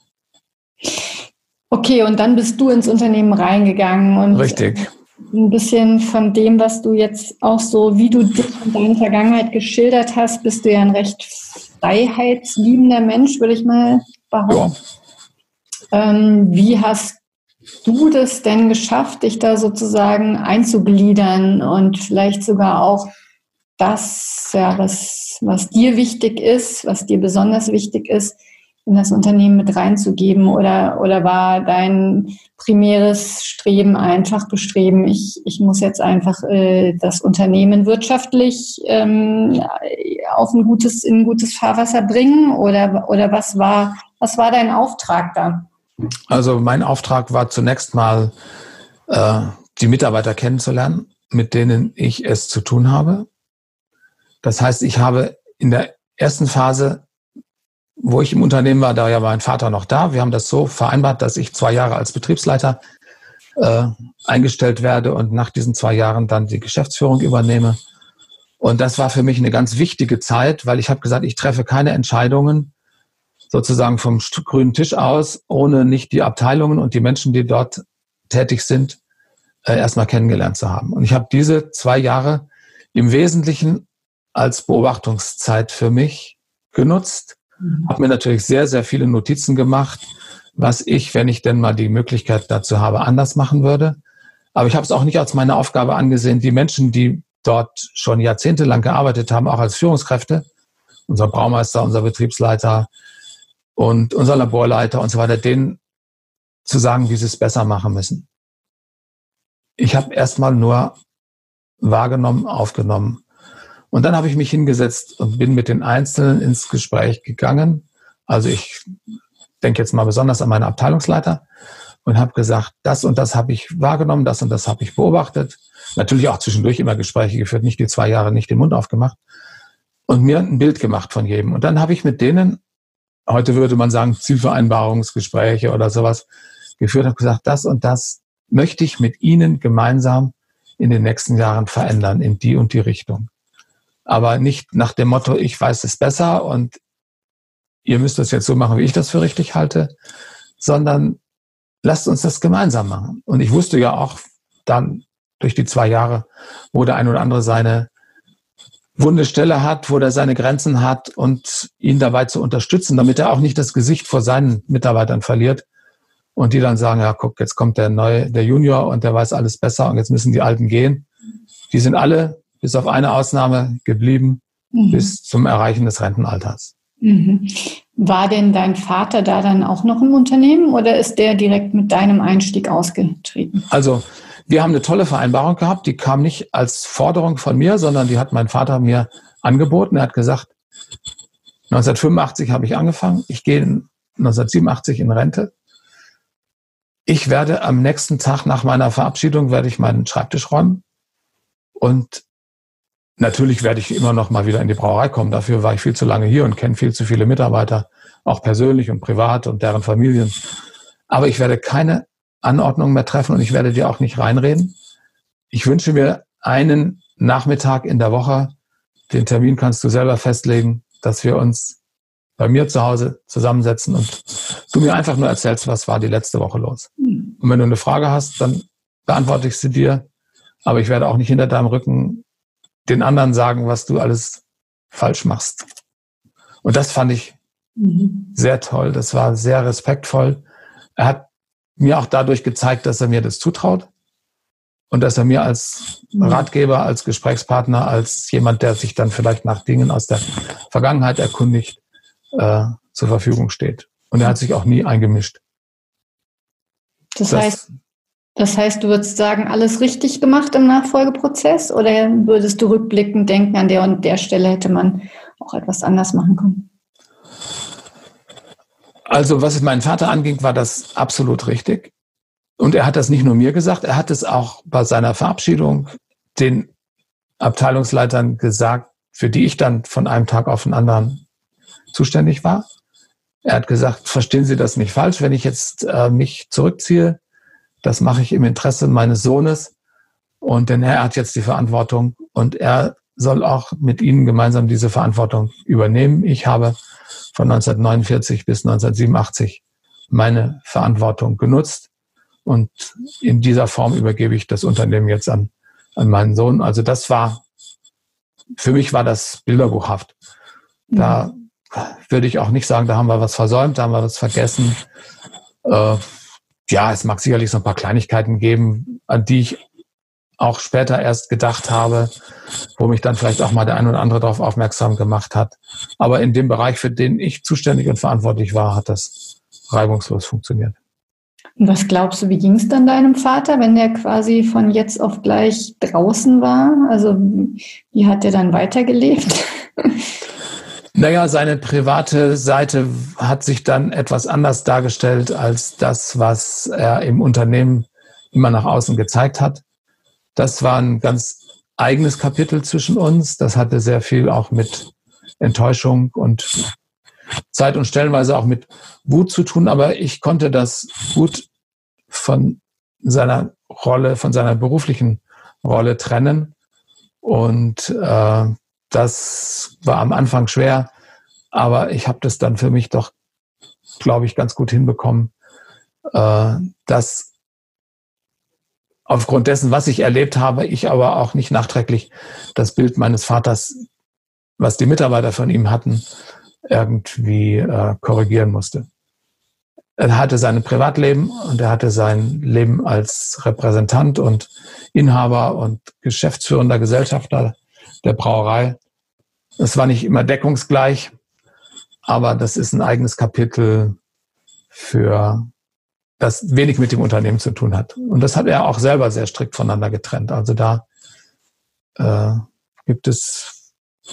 Okay, und dann bist du ins Unternehmen reingegangen und Richtig. Ein bisschen von dem, was du jetzt auch so, wie du dich in deiner Vergangenheit geschildert hast, bist du ja ein recht freiheitsliebender Mensch, würde ich mal behaupten. Ja. Ähm, wie hast du das denn geschafft, dich da sozusagen einzugliedern und vielleicht sogar auch das, ja, was, was dir wichtig ist, was dir besonders wichtig ist, in das Unternehmen mit reinzugeben? Oder, oder war dein primäres Streben einfach bestreben, ich, ich muss jetzt einfach äh, das Unternehmen wirtschaftlich ähm, auf ein gutes, in ein gutes Fahrwasser bringen? Oder, oder was war, was war dein Auftrag da? Also mein Auftrag war zunächst mal, äh, die Mitarbeiter kennenzulernen, mit denen ich es zu tun habe. Das heißt, ich habe in der ersten Phase, wo ich im Unternehmen war, da war ja mein Vater noch da. Wir haben das so vereinbart, dass ich zwei Jahre als Betriebsleiter äh, eingestellt werde und nach diesen zwei Jahren dann die Geschäftsführung übernehme. Und das war für mich eine ganz wichtige Zeit, weil ich habe gesagt, ich treffe keine Entscheidungen sozusagen vom grünen Tisch aus, ohne nicht die Abteilungen und die Menschen, die dort tätig sind, äh, erstmal kennengelernt zu haben. Und ich habe diese zwei Jahre im Wesentlichen als Beobachtungszeit für mich genutzt. Habe mir natürlich sehr, sehr viele Notizen gemacht, was ich, wenn ich denn mal die Möglichkeit dazu habe, anders machen würde. Aber ich habe es auch nicht als meine Aufgabe angesehen, die Menschen, die dort schon jahrzehntelang gearbeitet haben, auch als Führungskräfte, unser Braumeister, unser Betriebsleiter und unser Laborleiter und so weiter, denen zu sagen, wie sie es besser machen müssen. Ich habe erstmal nur wahrgenommen, aufgenommen. Und dann habe ich mich hingesetzt und bin mit den Einzelnen ins Gespräch gegangen. Also ich denke jetzt mal besonders an meine Abteilungsleiter und habe gesagt, das und das habe ich wahrgenommen, das und das habe ich beobachtet. Natürlich auch zwischendurch immer Gespräche geführt, nicht die zwei Jahre nicht den Mund aufgemacht und mir ein Bild gemacht von jedem. Und dann habe ich mit denen, heute würde man sagen Zielvereinbarungsgespräche oder sowas, geführt, habe gesagt, das und das möchte ich mit Ihnen gemeinsam in den nächsten Jahren verändern, in die und die Richtung. Aber nicht nach dem Motto, ich weiß es besser und ihr müsst das jetzt so machen, wie ich das für richtig halte, sondern lasst uns das gemeinsam machen. Und ich wusste ja auch dann durch die zwei Jahre, wo der ein oder andere seine wunde Stelle hat, wo der seine Grenzen hat und ihn dabei zu unterstützen, damit er auch nicht das Gesicht vor seinen Mitarbeitern verliert und die dann sagen, ja guck, jetzt kommt der neue, der Junior und der weiß alles besser und jetzt müssen die Alten gehen. Die sind alle, bis auf eine Ausnahme, geblieben, mhm. bis zum Erreichen des Rentenalters. Mhm. War denn dein Vater da dann auch noch im Unternehmen oder ist der direkt mit deinem Einstieg ausgetreten? Also wir haben eine tolle Vereinbarung gehabt, die kam nicht als Forderung von mir, sondern die hat mein Vater mir angeboten. Er hat gesagt, neunzehnhundertfünfundachtzig habe ich angefangen, ich gehe neunzehnhundertsiebenundachtzig in Rente. Ich werde am nächsten Tag nach meiner Verabschiedung werde ich meinen Schreibtisch räumen und natürlich werde ich immer noch mal wieder in die Brauerei kommen. Dafür war ich viel zu lange hier und kenne viel zu viele Mitarbeiter, auch persönlich und privat und deren Familien. Aber ich werde keine Anordnung mehr treffen und ich werde dir auch nicht reinreden. Ich wünsche mir einen Nachmittag in der Woche, den Termin kannst du selber festlegen, dass wir uns bei mir zu Hause zusammensetzen und du mir einfach nur erzählst, was war die letzte Woche los. Und wenn du eine Frage hast, dann beantworte ich sie dir. Aber ich werde auch nicht hinter deinem Rücken den anderen sagen, was du alles falsch machst. Und das fand ich mhm. sehr toll. Das war sehr respektvoll. Er hat mir auch dadurch gezeigt, dass er mir das zutraut und dass er mir als Ratgeber, als Gesprächspartner, als jemand, der sich dann vielleicht nach Dingen aus der Vergangenheit erkundigt, äh, zur Verfügung steht. Und er hat sich auch nie eingemischt. Das, das heißt, das heißt, du würdest sagen, alles richtig gemacht im Nachfolgeprozess oder würdest du rückblickend denken, an der und der Stelle hätte man auch etwas anders machen können? Also was meinen Vater anging, war das absolut richtig. Und er hat das nicht nur mir gesagt, er hat es auch bei seiner Verabschiedung den Abteilungsleitern gesagt, für die ich dann von einem Tag auf den anderen zuständig war. Er hat gesagt, verstehen Sie das nicht falsch, wenn ich jetzt äh, mich zurückziehe, das mache ich im Interesse meines Sohnes. Und denn er hat jetzt die Verantwortung und er soll auch mit Ihnen gemeinsam diese Verantwortung übernehmen. Ich habe von neunzehnhundertneunundvierzig bis neunzehnhundertsiebenundachtzig meine Verantwortung genutzt. Und in dieser Form übergebe ich das Unternehmen jetzt an, an meinen Sohn. Also das war, für mich war das bilderbuchhaft. Da mhm. würde ich auch nicht sagen, da haben wir was versäumt, da haben wir was vergessen. Äh, ja, es mag sicherlich so ein paar Kleinigkeiten geben, an die ich auch später erst gedacht habe, wo mich dann vielleicht auch mal der ein oder andere darauf aufmerksam gemacht hat. Aber in dem Bereich, für den ich zuständig und verantwortlich war, hat das reibungslos funktioniert. Und was glaubst du, wie ging es dann deinem Vater, wenn der quasi von jetzt auf gleich draußen war? Also wie hat der dann weitergelebt? Naja, seine private Seite hat sich dann etwas anders dargestellt als das, was er im Unternehmen immer nach außen gezeigt hat. Das war ein ganz eigenes Kapitel zwischen uns. Das hatte sehr viel auch mit Enttäuschung und Zeit und stellenweise auch mit Wut zu tun. Aber ich konnte das gut von seiner Rolle, von seiner beruflichen Rolle trennen. Und äh, das war am Anfang schwer. Aber ich habe das dann für mich doch, glaube ich, ganz gut hinbekommen, äh, dass aufgrund dessen, was ich erlebt habe, ich aber auch nicht nachträglich das Bild meines Vaters, was die Mitarbeiter von ihm hatten, irgendwie äh, korrigieren musste. er hatte sein Privatleben und er hatte sein Leben als Repräsentant und Inhaber und geschäftsführender Gesellschafter der Brauerei. Es war nicht immer deckungsgleich, aber das ist ein eigenes Kapitel, für das wenig mit dem Unternehmen zu tun hat. Und das hat er auch selber sehr strikt voneinander getrennt. Also da äh, gibt es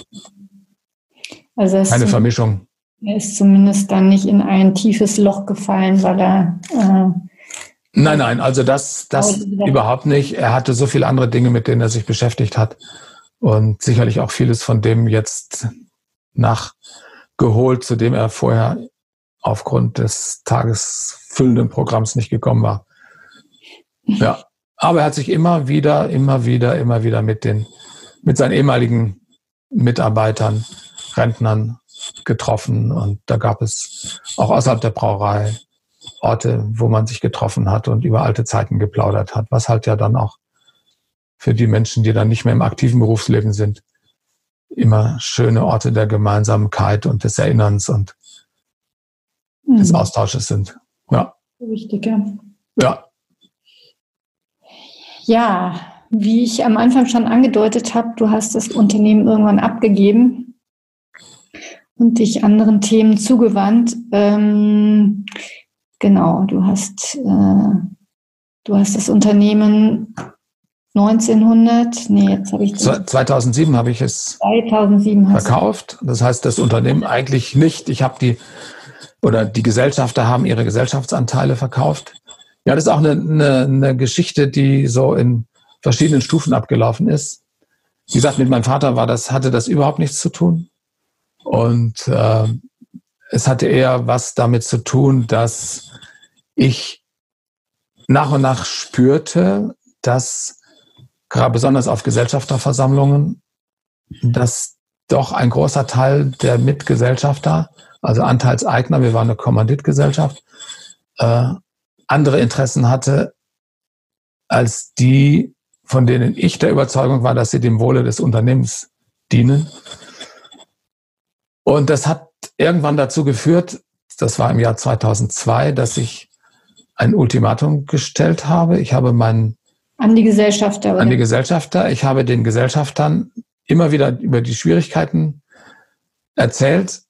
also es keine Vermischung. Er ist zumindest dann nicht in ein tiefes Loch gefallen, weil er... Äh, nein, nein, also das, das überhaupt nicht. Er hatte so viele andere Dinge, mit denen er sich beschäftigt hat. Und sicherlich auch vieles von dem jetzt nachgeholt, zu dem er vorher aufgrund des tagesfüllenden Programms nicht gekommen war. Ja, aber er hat sich immer wieder, immer wieder, immer wieder mit den, mit seinen ehemaligen Mitarbeitern, Rentnern getroffen, und da gab es auch außerhalb der Brauerei Orte, wo man sich getroffen hat und über alte Zeiten geplaudert hat, was halt ja dann auch für die Menschen, die dann nicht mehr im aktiven Berufsleben sind, immer schöne Orte der Gemeinsamkeit und des Erinnerns und mhm. des Austausches sind. Ja. Richtig, ja. Ja. Ja, wie ich am Anfang schon angedeutet habe, du hast das Unternehmen irgendwann abgegeben und dich anderen Themen zugewandt. Ähm, genau, du hast, äh, du hast das Unternehmen neunzehnhundert, nee, jetzt habe ich das. zweitausendsieben habe ich es zweitausendsieben verkauft. Das heißt, das Unternehmen eigentlich nicht. Ich habe die, oder die Gesellschafter haben ihre Gesellschaftsanteile verkauft. Ja, das ist auch eine, eine, eine Geschichte, die so in verschiedenen Stufen abgelaufen ist. Wie gesagt, mit meinem Vater war das, hatte das überhaupt nichts zu tun. Und äh, es hatte eher was damit zu tun, dass ich nach und nach spürte, dass gerade besonders auf Gesellschafterversammlungen, dass doch ein großer Teil der Mitgesellschafter, also Anteilseigner, wir waren eine Kommanditgesellschaft, äh, andere Interessen hatte als die, von denen ich der Überzeugung war, dass sie dem Wohle des Unternehmens dienen. Und das hat irgendwann dazu geführt, das war im Jahr zweitausendzwei, dass ich ein Ultimatum gestellt habe. Ich habe meinen An die Gesellschafter, oder? An die Gesellschafter. Ich habe den Gesellschaftern immer wieder über die Schwierigkeiten erzählt,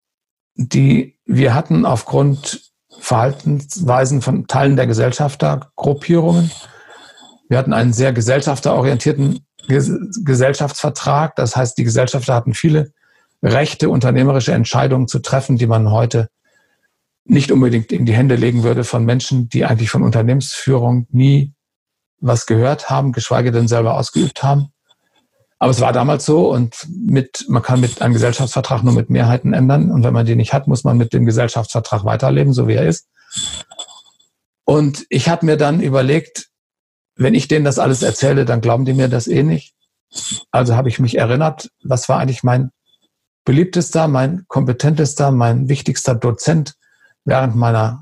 die wir hatten aufgrund Verhaltensweisen von Teilen der Gesellschaftergruppierungen. Wir hatten einen sehr gesellschafterorientierten Gesellschaftsvertrag. Das heißt, die Gesellschafter hatten viele Rechte, unternehmerische Entscheidungen zu treffen, die man heute nicht unbedingt in die Hände legen würde von Menschen, die eigentlich von Unternehmensführung nie was gehört haben, geschweige denn selber ausgeübt haben. Aber es war damals so, und mit, man kann mit einem Gesellschaftsvertrag nur mit Mehrheiten ändern, und wenn man die nicht hat, muss man mit dem Gesellschaftsvertrag weiterleben, so wie er ist. Und ich habe mir dann überlegt, wenn ich denen das alles erzähle, dann glauben die mir das eh nicht. Also habe ich mich erinnert, was war eigentlich mein beliebtester, mein kompetentester, mein wichtigster Dozent während meiner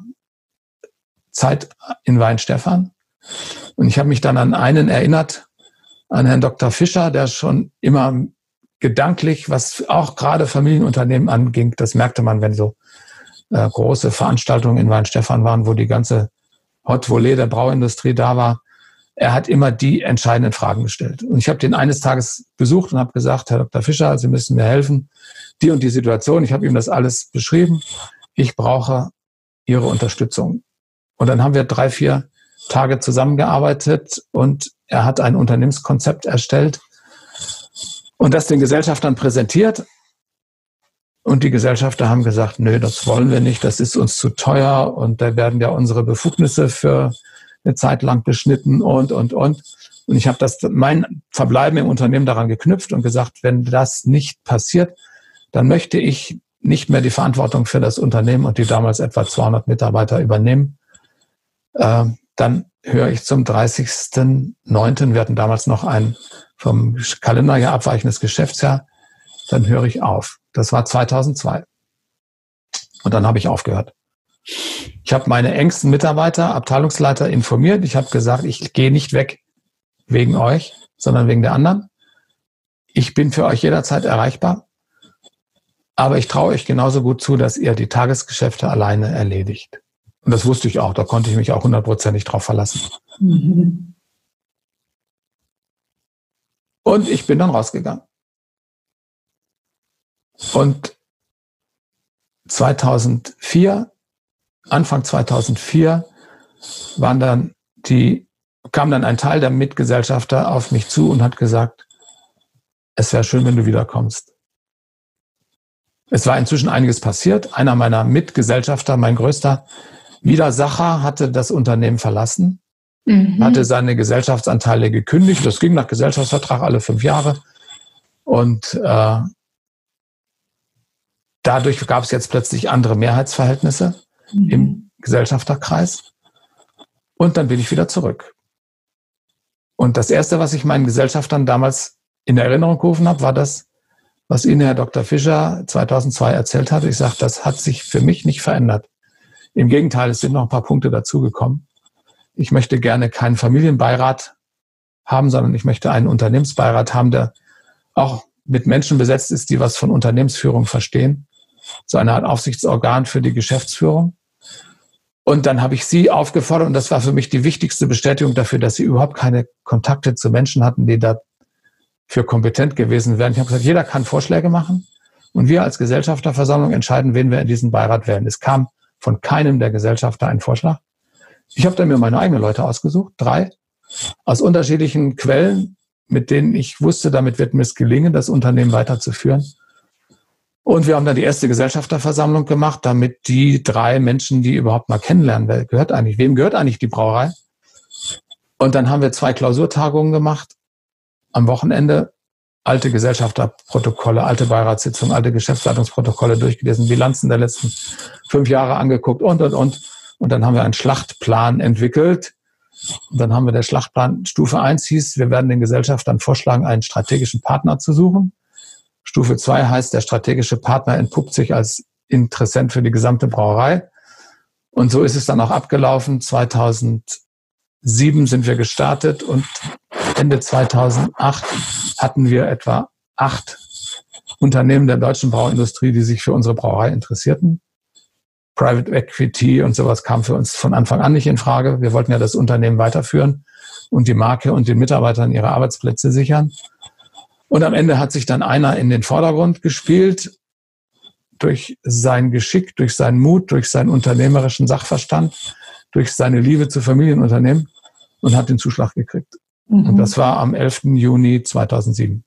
Zeit in Weihenstephan. Und ich habe mich dann an einen erinnert, an Herrn Doktor Fischer, der schon immer gedanklich, was auch gerade Familienunternehmen anging, das merkte man, wenn so äh, große Veranstaltungen in Weihenstephan waren, wo die ganze Haute Volée der Brauindustrie da war. Er hat immer die entscheidenden Fragen gestellt. Und ich habe den eines Tages besucht und habe gesagt, Herr Doktor Fischer, Sie müssen mir helfen. Die und die Situation, ich habe ihm das alles beschrieben. Ich brauche Ihre Unterstützung. Und dann haben wir drei, vier Tage zusammengearbeitet und er hat ein Unternehmenskonzept erstellt und das den Gesellschaftern präsentiert. Und die Gesellschafter haben gesagt, nö, das wollen wir nicht, das ist uns zu teuer und da werden ja unsere Befugnisse für eine Zeit lang beschnitten und, und, und. Und ich habe das, mein Verbleiben im Unternehmen daran geknüpft und gesagt, wenn das nicht passiert, dann möchte ich nicht mehr die Verantwortung für das Unternehmen und die damals etwa zweihundert Mitarbeiter übernehmen. Äh, dann höre ich zum dreißigsten neunten Wir hatten damals noch ein vom Kalenderjahr abweichendes Geschäftsjahr. Dann höre ich auf. Das war zweitausendzwei. Und dann habe ich aufgehört. Ich habe meine engsten Mitarbeiter, Abteilungsleiter informiert. Ich habe gesagt, ich gehe nicht weg wegen euch, sondern wegen der anderen. Ich bin für euch jederzeit erreichbar. Aber ich traue euch genauso gut zu, dass ihr die Tagesgeschäfte alleine erledigt. Und das wusste ich auch, da konnte ich mich auch hundertprozentig drauf verlassen. Mhm. Und ich bin dann rausgegangen. Und zweitausendvier, Anfang zweitausendvier, waren dann die, kam dann ein Teil der Mitgesellschafter auf mich zu und hat gesagt, es wäre schön, wenn du wiederkommst. Es war inzwischen einiges passiert. Einer meiner Mitgesellschafter, mein größter Widersacher, hatte das Unternehmen verlassen, mhm. hatte seine Gesellschaftsanteile gekündigt. Das ging nach Gesellschaftsvertrag alle fünf Jahre. Und äh, dadurch gab es jetzt plötzlich andere Mehrheitsverhältnisse mhm. im Gesellschafterkreis. Und dann bin ich wieder zurück. Und das Erste, was ich meinen Gesellschaftern damals in Erinnerung gerufen habe, war das, was Ihnen Herr Doktor Fischer zweitausendzwei erzählt hat. Ich sage, das hat sich für mich nicht verändert. Im Gegenteil, es sind noch ein paar Punkte dazugekommen. Ich möchte gerne keinen Familienbeirat haben, sondern ich möchte einen Unternehmensbeirat haben, der auch mit Menschen besetzt ist, die was von Unternehmensführung verstehen. So eine Art Aufsichtsorgan für die Geschäftsführung. Und dann habe ich Sie aufgefordert, und das war für mich die wichtigste Bestätigung dafür, dass Sie überhaupt keine Kontakte zu Menschen hatten, die dafür kompetent gewesen wären. Ich habe gesagt, jeder kann Vorschläge machen und wir als Gesellschafterversammlung entscheiden, wen wir in diesen Beirat wählen. Es kam von keinem der Gesellschafter ein Vorschlag. Ich habe dann mir meine eigenen Leute ausgesucht, drei, aus unterschiedlichen Quellen, mit denen ich wusste, damit wird mir es gelingen, das Unternehmen weiterzuführen. Und wir haben dann die erste Gesellschafterversammlung gemacht, damit die drei Menschen, die überhaupt mal kennenlernen, wer gehört eigentlich, wem gehört eigentlich die Brauerei? Und dann haben wir zwei Klausurtagungen gemacht. Am Wochenende alte Gesellschafterprotokolle, alte Beiratssitzungen, alte Geschäftsleitungsprotokolle durchgelesen, Bilanzen der letzten fünf Jahre angeguckt und, und, und. Und dann haben wir einen Schlachtplan entwickelt. Und dann haben wir der Schlachtplan Stufe eins hieß, wir werden den Gesellschaftern vorschlagen, einen strategischen Partner zu suchen. Stufe zwei heißt, der strategische Partner entpuppt sich als Interessent für die gesamte Brauerei. Und so ist es dann auch abgelaufen. zweitausendsieben sind wir gestartet und Ende zweitausendacht hatten wir etwa acht Unternehmen der deutschen Brauindustrie, die sich für unsere Brauerei interessierten. Private Equity und sowas kam für uns von Anfang an nicht in Frage. Wir wollten ja das Unternehmen weiterführen und die Marke und den Mitarbeitern ihre Arbeitsplätze sichern. Und am Ende hat sich dann einer in den Vordergrund gespielt, durch sein Geschick, durch seinen Mut, durch seinen unternehmerischen Sachverstand, durch seine Liebe zu Familienunternehmen und hat den Zuschlag gekriegt. Mhm. Und das war am elften Juni zweitausendsieben.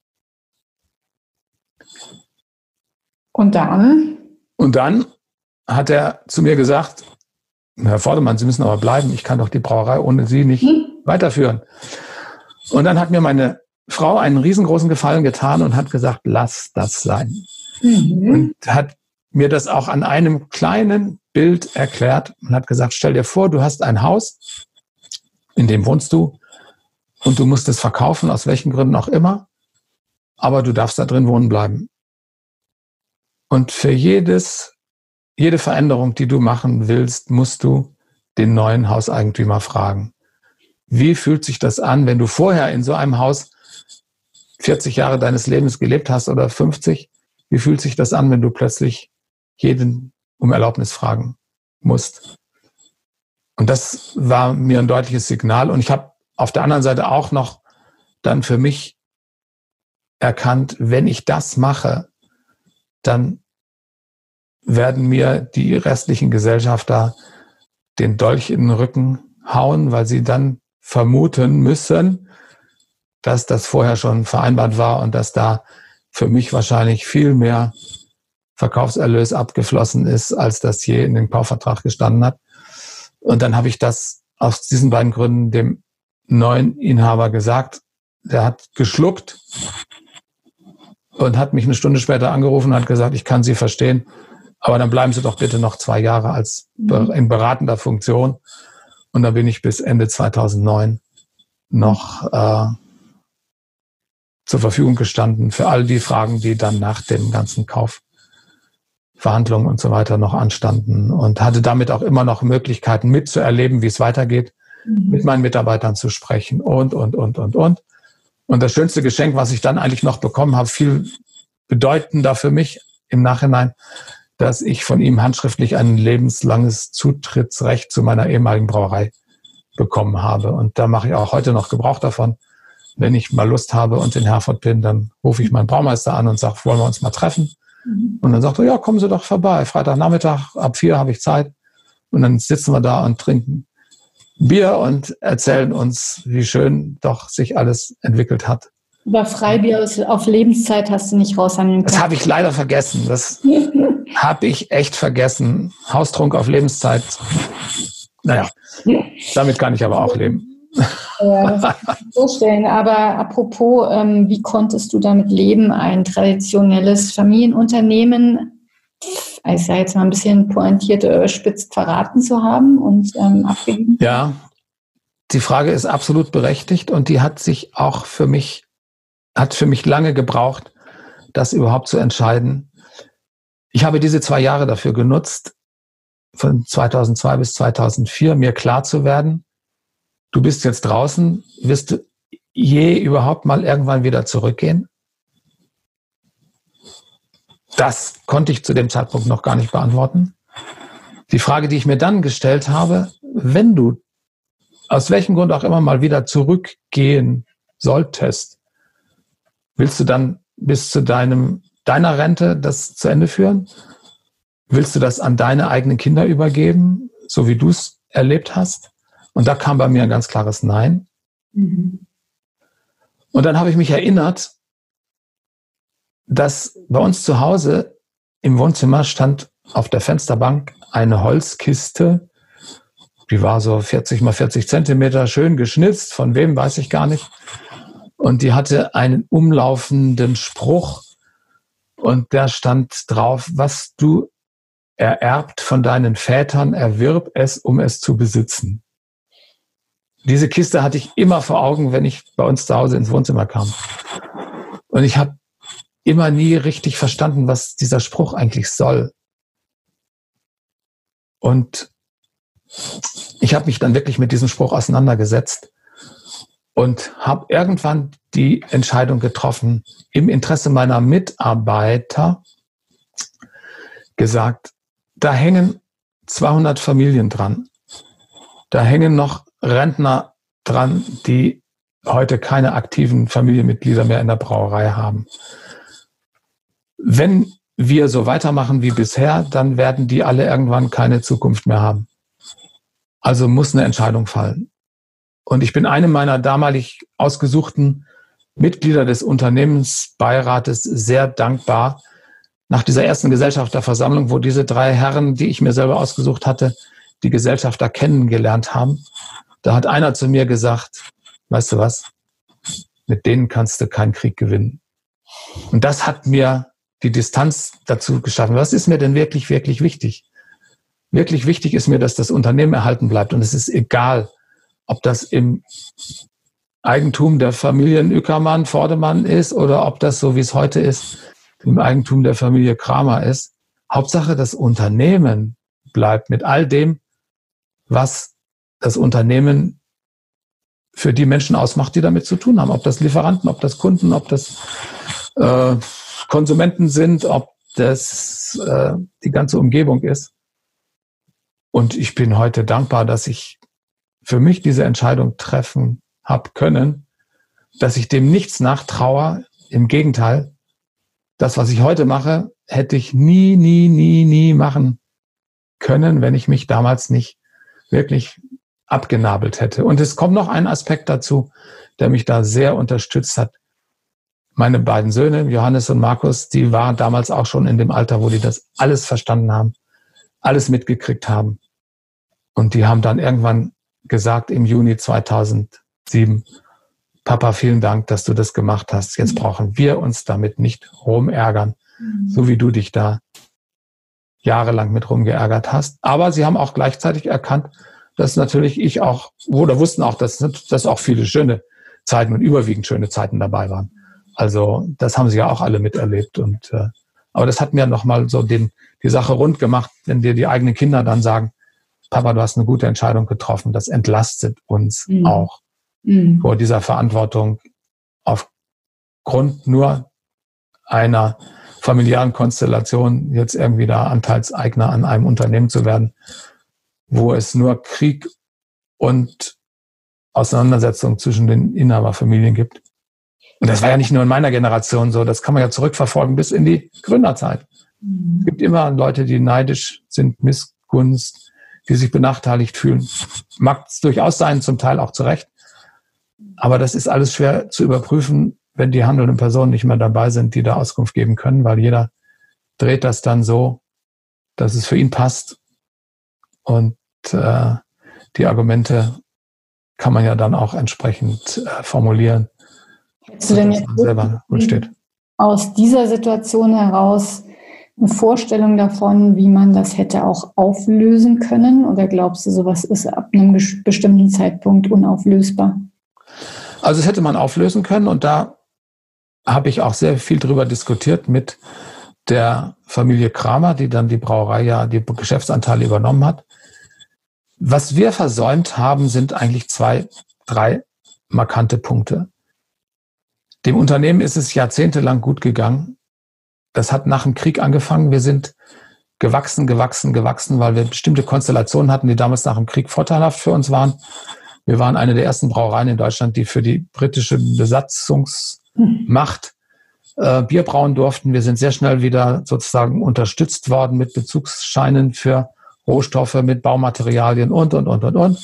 Und dann? Und dann hat er zu mir gesagt, Herr Vordermann, Sie müssen aber bleiben, ich kann doch die Brauerei ohne Sie nicht mhm. weiterführen. Und dann hat mir meine Frau einen riesengroßen Gefallen getan und hat gesagt, lass das sein. Mhm. Und hat mir das auch an einem kleinen Bild erklärt und hat gesagt, stell dir vor, du hast ein Haus, in dem wohnst du und du musst es verkaufen, aus welchen Gründen auch immer, aber du darfst da drin wohnen bleiben. Und für jedes, jede Veränderung, die du machen willst, musst du den neuen Hauseigentümer fragen. Wie fühlt sich das an, wenn du vorher in so einem Haus vierzig Jahre deines Lebens gelebt hast oder fünfzig? Wie fühlt sich das an, wenn du plötzlich jeden um Erlaubnis fragen musst? Und das war mir ein deutliches Signal. Und ich habe auf der anderen Seite auch noch dann für mich erkannt, wenn ich das mache, dann werden mir die restlichen Gesellschafter den Dolch in den Rücken hauen, weil sie dann vermuten müssen, dass das vorher schon vereinbart war und dass da für mich wahrscheinlich viel mehr Verkaufserlös abgeflossen ist, als das je in dem Kaufvertrag gestanden hat. Und dann habe ich das aus diesen beiden Gründen dem neuen Inhaber gesagt. Der hat geschluckt und hat mich eine Stunde später angerufen und hat gesagt, ich kann Sie verstehen, aber dann bleiben Sie doch bitte noch zwei Jahre als in beratender Funktion. Und dann bin ich bis Ende zweitausendneun noch äh, zur Verfügung gestanden für all die Fragen, die dann nach den ganzen Kaufverhandlungen und so weiter noch anstanden und hatte damit auch immer noch Möglichkeiten mitzuerleben, wie es weitergeht, mhm. mit meinen Mitarbeitern zu sprechen und, und, und, und, und. Und das schönste Geschenk, was ich dann eigentlich noch bekommen habe, viel bedeutender für mich im Nachhinein, dass ich von ihm handschriftlich ein lebenslanges Zutrittsrecht zu meiner ehemaligen Brauerei bekommen habe. Und da mache ich auch heute noch Gebrauch davon. Wenn ich mal Lust habe und in Herford bin, dann rufe ich meinen Braumeister an und sage, wollen wir uns mal treffen? Mhm. Und dann sagt er, ja, kommen Sie doch vorbei. Freitagnachmittag, ab vier habe ich Zeit. Und dann sitzen wir da und trinken Bier und erzählen uns, wie schön doch sich alles entwickelt hat. Aber Freibier auf Lebenszeit hast du nicht raushandeln können. Das habe ich leider vergessen. Das habe ich echt vergessen. Haustrunk auf Lebenszeit. Naja, damit kann ich aber auch leben. Ja, das kann ich mir vorstellen. Aber apropos, ähm, wie konntest du damit leben, ein traditionelles Familienunternehmen, ich sage jetzt mal ein bisschen pointiert oder spitzt verraten zu haben und ähm, abgegeben? Ja, die Frage ist absolut berechtigt und die hat sich auch für mich, hat für mich lange gebraucht, das überhaupt zu entscheiden. Ich habe diese zwei Jahre dafür genutzt, von zweitausendzwei bis zweitausendvier, mir klar zu werden, du bist jetzt draußen, wirst du je überhaupt mal irgendwann wieder zurückgehen? Das konnte ich zu dem Zeitpunkt noch gar nicht beantworten. Die Frage, die ich mir dann gestellt habe, wenn du aus welchem Grund auch immer mal wieder zurückgehen solltest, willst du dann bis zu deinem, deiner Rente das zu Ende führen? Willst du das an deine eigenen Kinder übergeben, so wie du es erlebt hast? Und da kam bei mir ein ganz klares Nein. Mhm. Und dann habe ich mich erinnert, dass bei uns zu Hause im Wohnzimmer stand auf der Fensterbank eine Holzkiste, die war so vierzig mal vierzig Zentimeter, schön geschnitzt, von wem weiß ich gar nicht. Und die hatte einen umlaufenden Spruch und der stand drauf, was du ererbt von deinen Vätern, erwirb es, um es zu besitzen. Diese Kiste hatte ich immer vor Augen, wenn ich bei uns zu Hause ins Wohnzimmer kam. Und ich habe immer nie richtig verstanden, was dieser Spruch eigentlich soll. Und ich habe mich dann wirklich mit diesem Spruch auseinandergesetzt und habe irgendwann die Entscheidung getroffen, im Interesse meiner Mitarbeiter gesagt, da hängen zweihundert Familien dran. Da hängen noch Rentner dran, die heute keine aktiven Familienmitglieder mehr in der Brauerei haben. Wenn wir so weitermachen wie bisher, dann werden die alle irgendwann keine Zukunft mehr haben. Also muss eine Entscheidung fallen. Und ich bin einem meiner damalig ausgesuchten Mitglieder des Unternehmensbeirates sehr dankbar. Nach dieser ersten Gesellschafterversammlung, wo diese drei Herren, die ich mir selber ausgesucht hatte, die Gesellschafter kennengelernt haben, da hat einer zu mir gesagt, weißt du was, mit denen kannst du keinen Krieg gewinnen. Und das hat mir die Distanz dazu geschaffen. Was ist mir denn wirklich, wirklich wichtig? Wirklich wichtig ist mir, dass das Unternehmen erhalten bleibt. Und es ist egal, ob das im Eigentum der Familien Ueckermann, Vordemann ist oder ob das, so wie es heute ist, im Eigentum der Familie Kramer ist. Hauptsache, das Unternehmen bleibt mit all dem, was das Unternehmen für die Menschen ausmacht, die damit zu tun haben. Ob das Lieferanten, ob das Kunden, ob das äh, Konsumenten sind, ob das äh, die ganze Umgebung ist. Und ich bin heute dankbar, dass ich für mich diese Entscheidung treffen habe können, dass ich dem nichts nachtraue. Im Gegenteil, das, was ich heute mache, hätte ich nie, nie, nie, nie machen können, wenn ich mich damals nicht wirklich abgenabelt hätte. Und es kommt noch ein Aspekt dazu, der mich da sehr unterstützt hat. Meine beiden Söhne, Johannes und Markus, die waren damals auch schon in dem Alter, wo die das alles verstanden haben, alles mitgekriegt haben. Und die haben dann irgendwann gesagt im Juni zweitausendsieben, Papa, vielen Dank, dass du das gemacht hast. Jetzt brauchen wir uns damit nicht rumärgern, mhm. so wie du dich da jahrelang mit rumgeärgert hast. Aber sie haben auch gleichzeitig erkannt, dass natürlich ich auch, oder wussten auch, dass, dass auch viele schöne Zeiten und überwiegend schöne Zeiten dabei waren. Also das haben sie ja auch alle miterlebt. Und äh, aber das hat mir nochmal so den, die Sache rund gemacht, wenn dir die eigenen Kinder dann sagen, Papa, du hast eine gute Entscheidung getroffen. Das entlastet uns mhm. auch mhm. vor dieser Verantwortung aufgrund nur einer familiären Konstellation jetzt irgendwie da Anteilseigner an einem Unternehmen zu werden, wo es nur Krieg und Auseinandersetzung zwischen den Inhaberfamilien gibt. Und das war ja nicht nur in meiner Generation so, das kann man ja zurückverfolgen bis in die Gründerzeit. Mhm. Es gibt immer Leute, die neidisch sind, Missgunst, die sich benachteiligt fühlen. Mag es durchaus sein, zum Teil auch zu Recht. Aber das ist alles schwer zu überprüfen, wenn die handelnden Personen nicht mehr dabei sind, die da Auskunft geben können, weil jeder dreht das dann so, dass es für ihn passt. Und äh, die Argumente kann man ja dann auch entsprechend äh, formulieren, Hättest du denn jetzt selber gut steht. Aus dieser Situation heraus eine Vorstellung davon, wie man das hätte auch auflösen können? Oder glaubst du, sowas ist ab einem bestimmten Zeitpunkt unauflösbar? Also es hätte man auflösen können, und da habe ich auch sehr viel drüber diskutiert mit der Familie Kramer, die dann die Brauerei ja die Geschäftsanteile übernommen hat. Was wir versäumt haben, sind eigentlich zwei, drei markante Punkte. Dem Unternehmen ist es jahrzehntelang gut gegangen. Das hat nach dem Krieg angefangen. Wir sind gewachsen, gewachsen, gewachsen, weil wir bestimmte Konstellationen hatten, die damals nach dem Krieg vorteilhaft für uns waren. Wir waren eine der ersten Brauereien in Deutschland, die für die britische Besatzungsmacht äh, Bier brauen durften. Wir sind sehr schnell wieder sozusagen unterstützt worden mit Bezugsscheinen für Rohstoffe, mit Baumaterialien und, und, und, und, und.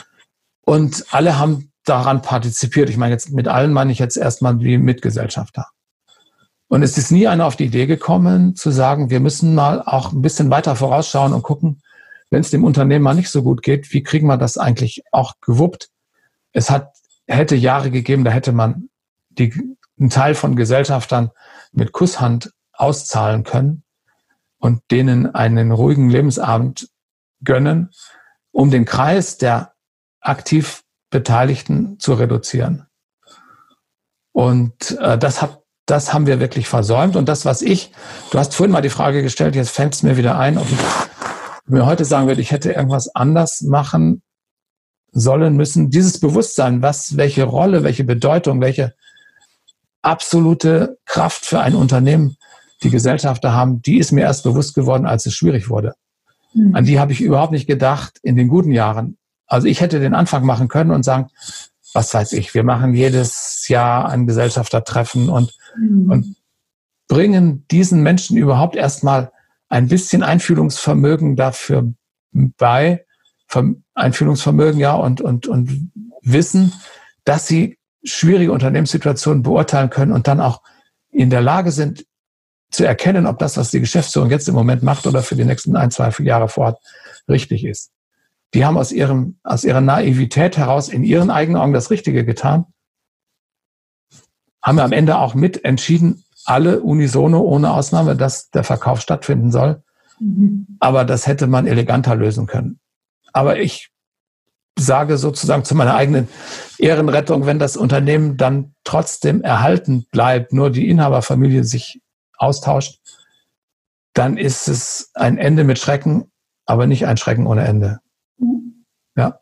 Und alle haben daran partizipiert. Ich meine jetzt, mit allen meine ich jetzt erstmal wie Mitgesellschafter. Und es ist nie einer auf die Idee gekommen, zu sagen, wir müssen mal auch ein bisschen weiter vorausschauen und gucken, wenn es dem Unternehmen mal nicht so gut geht, wie kriegen wir das eigentlich auch gewuppt? Es hat, hätte Jahre gegeben, da hätte man die, einen Teil von Gesellschaftern mit Kusshand auszahlen können und denen einen ruhigen Lebensabend gönnen, um den Kreis der aktiv Beteiligten zu reduzieren. Und äh, das hat Das haben wir wirklich versäumt. Und das, was ich, du hast vorhin mal die Frage gestellt, jetzt fällt es mir wieder ein, ob ich mir heute sagen würde, ich hätte irgendwas anders machen sollen müssen. Dieses Bewusstsein, was, welche Rolle, welche Bedeutung, welche absolute Kraft für ein Unternehmen die Gesellschafter haben, die ist mir erst bewusst geworden, als es schwierig wurde. Mhm. An die habe ich überhaupt nicht gedacht in den guten Jahren. Also ich hätte den Anfang machen können und sagen, was weiß ich, wir machen jedes Jahr ein Gesellschaftertreffen und, mhm. und bringen diesen Menschen überhaupt erstmal ein bisschen Einfühlungsvermögen dafür bei, Einfühlungsvermögen, ja, und, und, und Wissen, dass sie schwierige Unternehmenssituationen beurteilen können und dann auch in der Lage sind, zu erkennen, ob das, was die Geschäftsführung jetzt im Moment macht oder für die nächsten ein, zwei Jahre vorhat, richtig ist. Die haben aus ihrem, aus ihrer Naivität heraus in ihren eigenen Augen das Richtige getan, haben am Ende auch mit entschieden, alle unisono, ohne Ausnahme, dass der Verkauf stattfinden soll. Mhm. Aber das hätte man eleganter lösen können. Aber ich sage sozusagen zu meiner eigenen Ehrenrettung, wenn das Unternehmen dann trotzdem erhalten bleibt, nur die Inhaberfamilie sich austauscht, dann ist es ein Ende mit Schrecken, aber nicht ein Schrecken ohne Ende. Ja.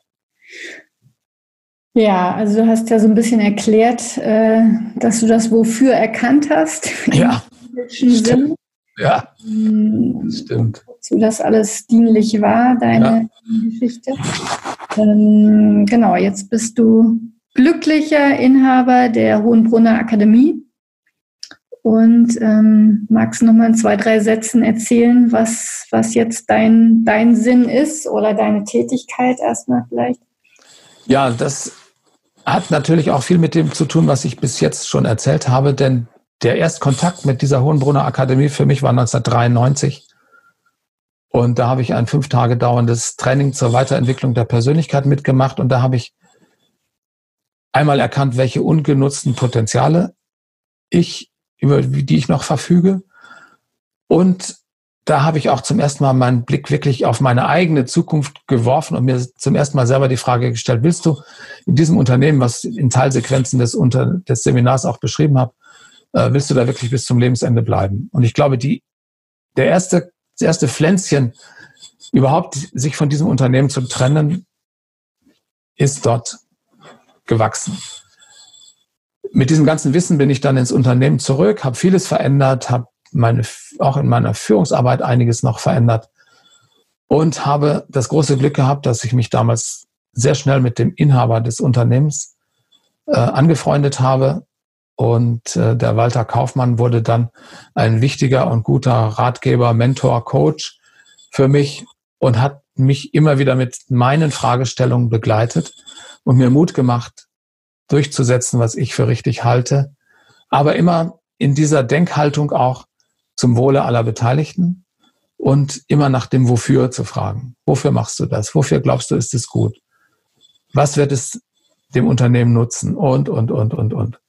Ja, also du hast ja so ein bisschen erklärt, äh, dass du das Wofür erkannt hast. Ja. Sinn. Ja, das stimmt. Wozu das alles dienlich war, deine ja. Geschichte. Ähm, genau, jetzt bist du glücklicher Inhaber der Hohenbrunner Akademie. Und ähm, magst du noch mal in zwei, drei Sätzen erzählen, was, was jetzt dein, dein Sinn ist oder deine Tätigkeit erstmal vielleicht? Ja, das hat natürlich auch viel mit dem zu tun, was ich bis jetzt schon erzählt habe, denn der Erstkontakt mit dieser Hohenbrunner Akademie für mich war neunzehnhundertdreiundneunzig. Und da habe ich ein fünf Tage dauerndes Training zur Weiterentwicklung der Persönlichkeit mitgemacht. Und da habe ich einmal erkannt, welche ungenutzten Potenziale ich über die ich noch verfüge. Und da habe ich auch zum ersten Mal meinen Blick wirklich auf meine eigene Zukunft geworfen und mir zum ersten Mal selber die Frage gestellt, willst du in diesem Unternehmen, was in Teilsequenzen des, Unter- des Seminars auch beschrieben habe, äh, willst du da wirklich bis zum Lebensende bleiben? Und ich glaube, die, der erste, das erste Pflänzchen, überhaupt sich von diesem Unternehmen zu trennen, ist dort gewachsen. Mit diesem ganzen Wissen bin ich dann ins Unternehmen zurück, habe vieles verändert, habe meine, auch in meiner Führungsarbeit einiges noch verändert und habe das große Glück gehabt, dass ich mich damals sehr schnell mit dem Inhaber des Unternehmens äh, angefreundet habe. Und äh, der Walter Kaufmann wurde dann ein wichtiger und guter Ratgeber, Mentor, Coach für mich und hat mich immer wieder mit meinen Fragestellungen begleitet und mir Mut gemacht, durchzusetzen, was ich für richtig halte. Aber immer in dieser Denkhaltung auch zum Wohle aller Beteiligten und immer nach dem Wofür zu fragen. Wofür machst du das? Wofür glaubst du, ist es gut? Was wird es dem Unternehmen nutzen? Und, und, und, und, und.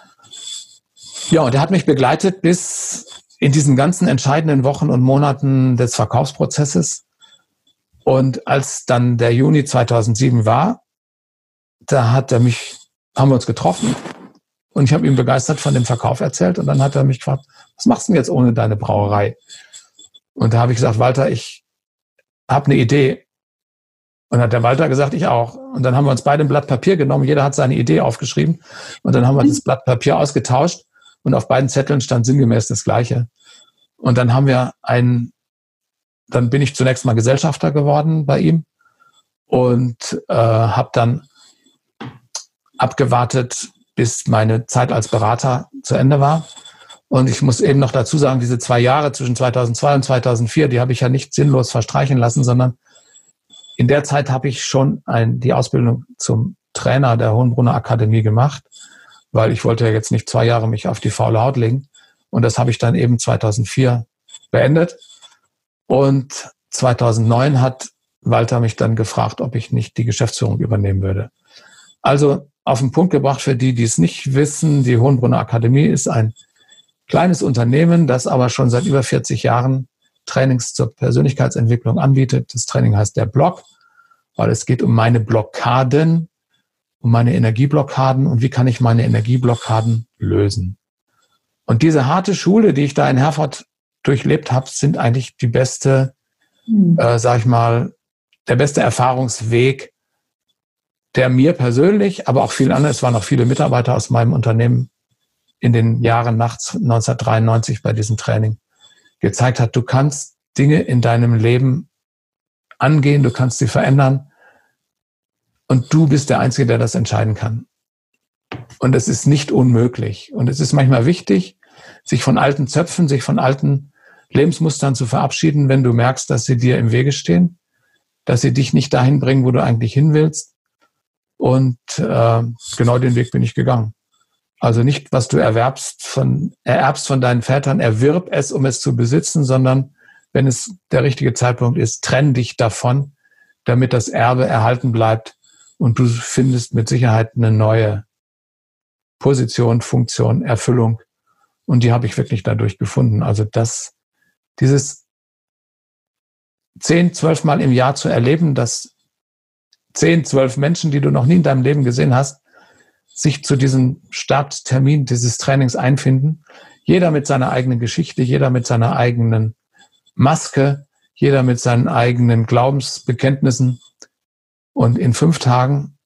Ja, und er hat mich begleitet bis in diesen ganzen entscheidenden Wochen und Monaten des Verkaufsprozesses. Und als dann der Juni zweitausendsieben war, da hat er mich, haben wir uns getroffen und ich habe ihm begeistert von dem Verkauf erzählt. Und dann hat er mich gefragt, was machst du denn jetzt ohne deine Brauerei? Und da habe ich gesagt, Walter, ich habe eine Idee. Und hat der Walter gesagt, ich auch. Und dann haben wir uns beide ein Blatt Papier genommen. Jeder hat seine Idee aufgeschrieben. Und dann haben wir das Blatt Papier ausgetauscht. Und auf beiden Zetteln stand sinngemäß das Gleiche. Und dann haben wir einen, dann bin ich zunächst mal Gesellschafter geworden bei ihm und äh, habe dann abgewartet, bis meine Zeit als Berater zu Ende war. Und ich muss eben noch dazu sagen, diese zwei Jahre zwischen zweitausendzwei und zweitausendvier, die habe ich ja nicht sinnlos verstreichen lassen, sondern in der Zeit habe ich schon ein, die Ausbildung zum Trainer der Hohenbrunner Akademie gemacht, weil ich wollte ja jetzt nicht zwei Jahre mich auf die faule Haut legen. Und das habe ich dann eben zweitausendvier beendet. Und zweitausendneun hat Walter mich dann gefragt, ob ich nicht die Geschäftsführung übernehmen würde. Also auf den Punkt gebracht für die, die es nicht wissen, die Hohenbrunner Akademie ist ein kleines Unternehmen, das aber schon seit über vierzig Jahren Trainings zur Persönlichkeitsentwicklung anbietet. Das Training heißt der Block, weil es geht um meine Blockaden, um meine Energieblockaden und wie kann ich meine Energieblockaden lösen. Und diese harte Schule, die ich da in Herford durchlebt habe, sind eigentlich die beste, mhm. äh, sag ich mal, der beste Erfahrungsweg, der mir persönlich, aber auch vielen anderen, es waren auch viele Mitarbeiter aus meinem Unternehmen in den Jahren nach neunzehnhundertdreiundneunzig bei diesem Training gezeigt hat, du kannst Dinge in deinem Leben angehen, du kannst sie verändern und du bist der Einzige, der das entscheiden kann. Und es ist nicht unmöglich. Und es ist manchmal wichtig, sich von alten Zöpfen, sich von alten Lebensmustern zu verabschieden, wenn du merkst, dass sie dir im Wege stehen, dass sie dich nicht dahin bringen, wo du eigentlich hin willst. Und äh, genau den Weg bin ich gegangen. Also nicht, was du erwerbst von, ererbst von deinen Vätern, erwirb es, um es zu besitzen, sondern wenn es der richtige Zeitpunkt ist, trenn dich davon, damit das Erbe erhalten bleibt und du findest mit Sicherheit eine neue Position, Funktion, Erfüllung. Und die habe ich wirklich dadurch gefunden. Also das, dieses zehn, zwölf Mal im Jahr zu erleben, dass zehn, zwölf Menschen, die du noch nie in deinem Leben gesehen hast, sich zu diesem Starttermin dieses Trainings einfinden. Jeder mit seiner eigenen Geschichte, jeder mit seiner eigenen Maske, jeder mit seinen eigenen Glaubensbekenntnissen. Und in fünf Tagen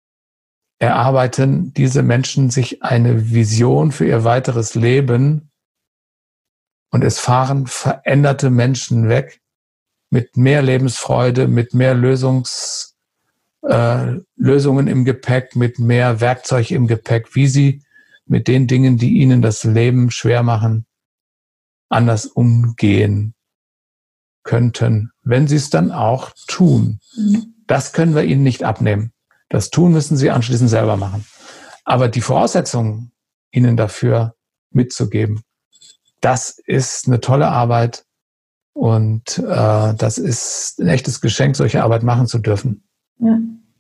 erarbeiten diese Menschen sich eine Vision für ihr weiteres Leben. Und es fahren veränderte Menschen weg mit mehr Lebensfreude, mit mehr Lösungs Äh, Lösungen im Gepäck, mit mehr Werkzeug im Gepäck, wie sie mit den Dingen, die ihnen das Leben schwer machen, anders umgehen könnten, wenn sie es dann auch tun. Mhm. Das können wir ihnen nicht abnehmen. Das Tun müssen sie anschließend selber machen. Aber die Voraussetzungen, ihnen dafür mitzugeben, das ist eine tolle Arbeit und äh, das ist ein echtes Geschenk, solche Arbeit machen zu dürfen. Ja.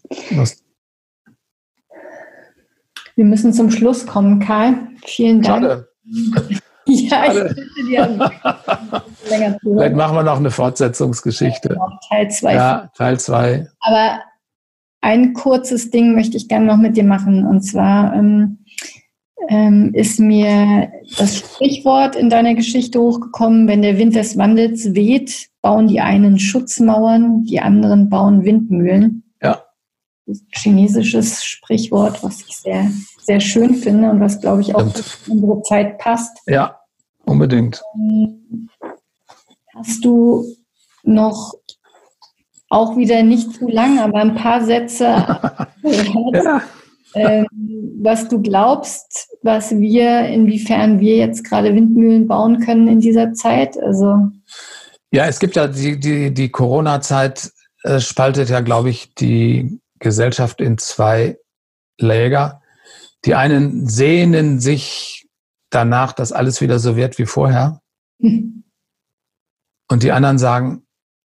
Wir müssen zum Schluss kommen, Karl. Vielen Dank. Schade. Ja, Schade. ich bitte dir länger zu hören. Vielleicht machen wir noch eine Fortsetzungsgeschichte. Ja, Teil zwei. Ja, Teil zwei. Aber ein kurzes Ding möchte ich gerne noch mit dir machen. Und zwar ähm, ähm, ist mir das Sprichwort in deiner Geschichte hochgekommen: Wenn der Wind des Wandels weht, bauen die einen Schutzmauern, die anderen bauen Windmühlen. Ja. Das ist ein chinesisches Sprichwort, was ich sehr, sehr schön finde und was, glaube ich, auch in unsere Zeit passt. Ja. unbedingt. Hast du noch auch wieder nicht zu lang, aber ein paar Sätze, ja. ähm, was du glaubst, was wir, inwiefern wir jetzt gerade Windmühlen bauen können in dieser Zeit? Also Ja, es gibt ja die, die, die Corona-Zeit äh, spaltet ja, glaube ich, die Gesellschaft in zwei Lager. Die einen sehnen sich danach, dass alles wieder so wird wie vorher. Hm. Und die anderen sagen,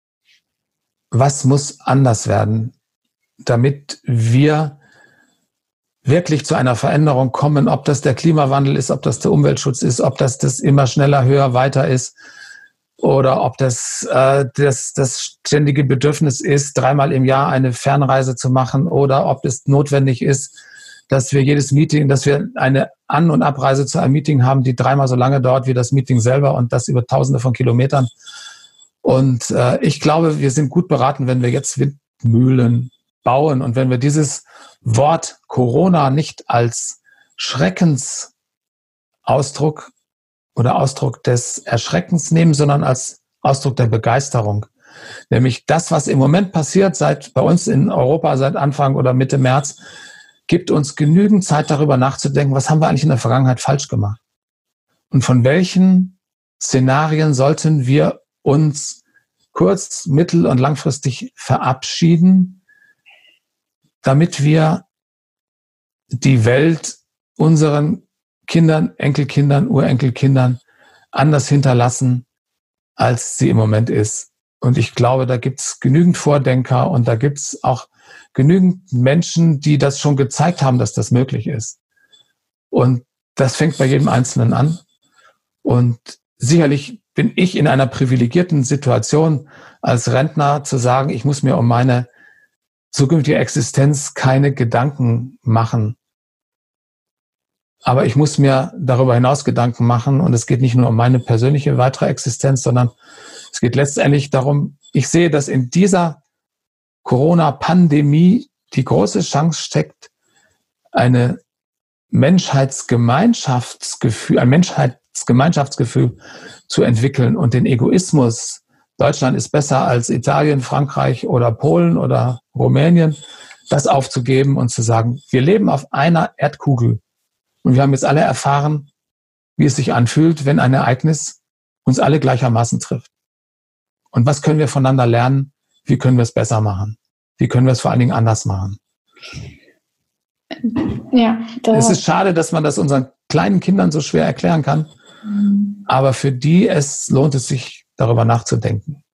was muss anders werden, damit wir wirklich zu einer Veränderung kommen, ob das der Klimawandel ist, ob das der Umweltschutz ist, ob das das immer schneller, höher, weiter ist oder ob das äh, das, das ständige Bedürfnis ist, dreimal im Jahr eine Fernreise zu machen oder ob es notwendig ist, dass wir jedes Meeting, dass wir eine An- und Abreise zu einem Meeting haben, die dreimal so lange dauert wie das Meeting selber und das über Tausende von Kilometern. Und äh, ich glaube, wir sind gut beraten, wenn wir jetzt Windmühlen bauen und wenn wir dieses Wort Corona nicht als Schreckensausdruck oder Ausdruck des Erschreckens nehmen, sondern als Ausdruck der Begeisterung. Nämlich das, was im Moment passiert, seit bei uns in Europa seit Anfang oder Mitte März, gibt uns genügend Zeit darüber nachzudenken, was haben wir eigentlich in der Vergangenheit falsch gemacht? Und von welchen Szenarien sollten wir uns kurz-, mittel- und langfristig verabschieden, damit wir die Welt unseren Kindern, Enkelkindern, Urenkelkindern anders hinterlassen, als sie im Moment ist. Und ich glaube, da gibt es genügend Vordenker und da gibt es auch genügend Menschen, die das schon gezeigt haben, dass das möglich ist. Und das fängt bei jedem Einzelnen an. Und sicherlich bin ich in einer privilegierten Situation als Rentner zu sagen, ich muss mir um meine zukünftige Existenz keine Gedanken machen. Aber ich muss mir darüber hinaus Gedanken machen und es geht nicht nur um meine persönliche weitere Existenz, sondern es geht letztendlich darum, ich sehe, dass in dieser Corona-Pandemie die große Chance steckt, eine Menschheitsgemeinschaftsgefühl, ein Menschheitsgemeinschaftsgefühl zu entwickeln und den Egoismus, Deutschland ist besser als Italien, Frankreich oder Polen oder Rumänien, das aufzugeben und zu sagen, wir leben auf einer Erdkugel. Und wir haben jetzt alle erfahren, wie es sich anfühlt, wenn ein Ereignis uns alle gleichermaßen trifft. Und was können wir voneinander lernen? Wie können wir es besser machen? Wie können wir es vor allen Dingen anders machen? Ja, es ist schade, dass man das unseren kleinen Kindern so schwer erklären kann. Mhm. Aber für die es lohnt es sich, darüber nachzudenken.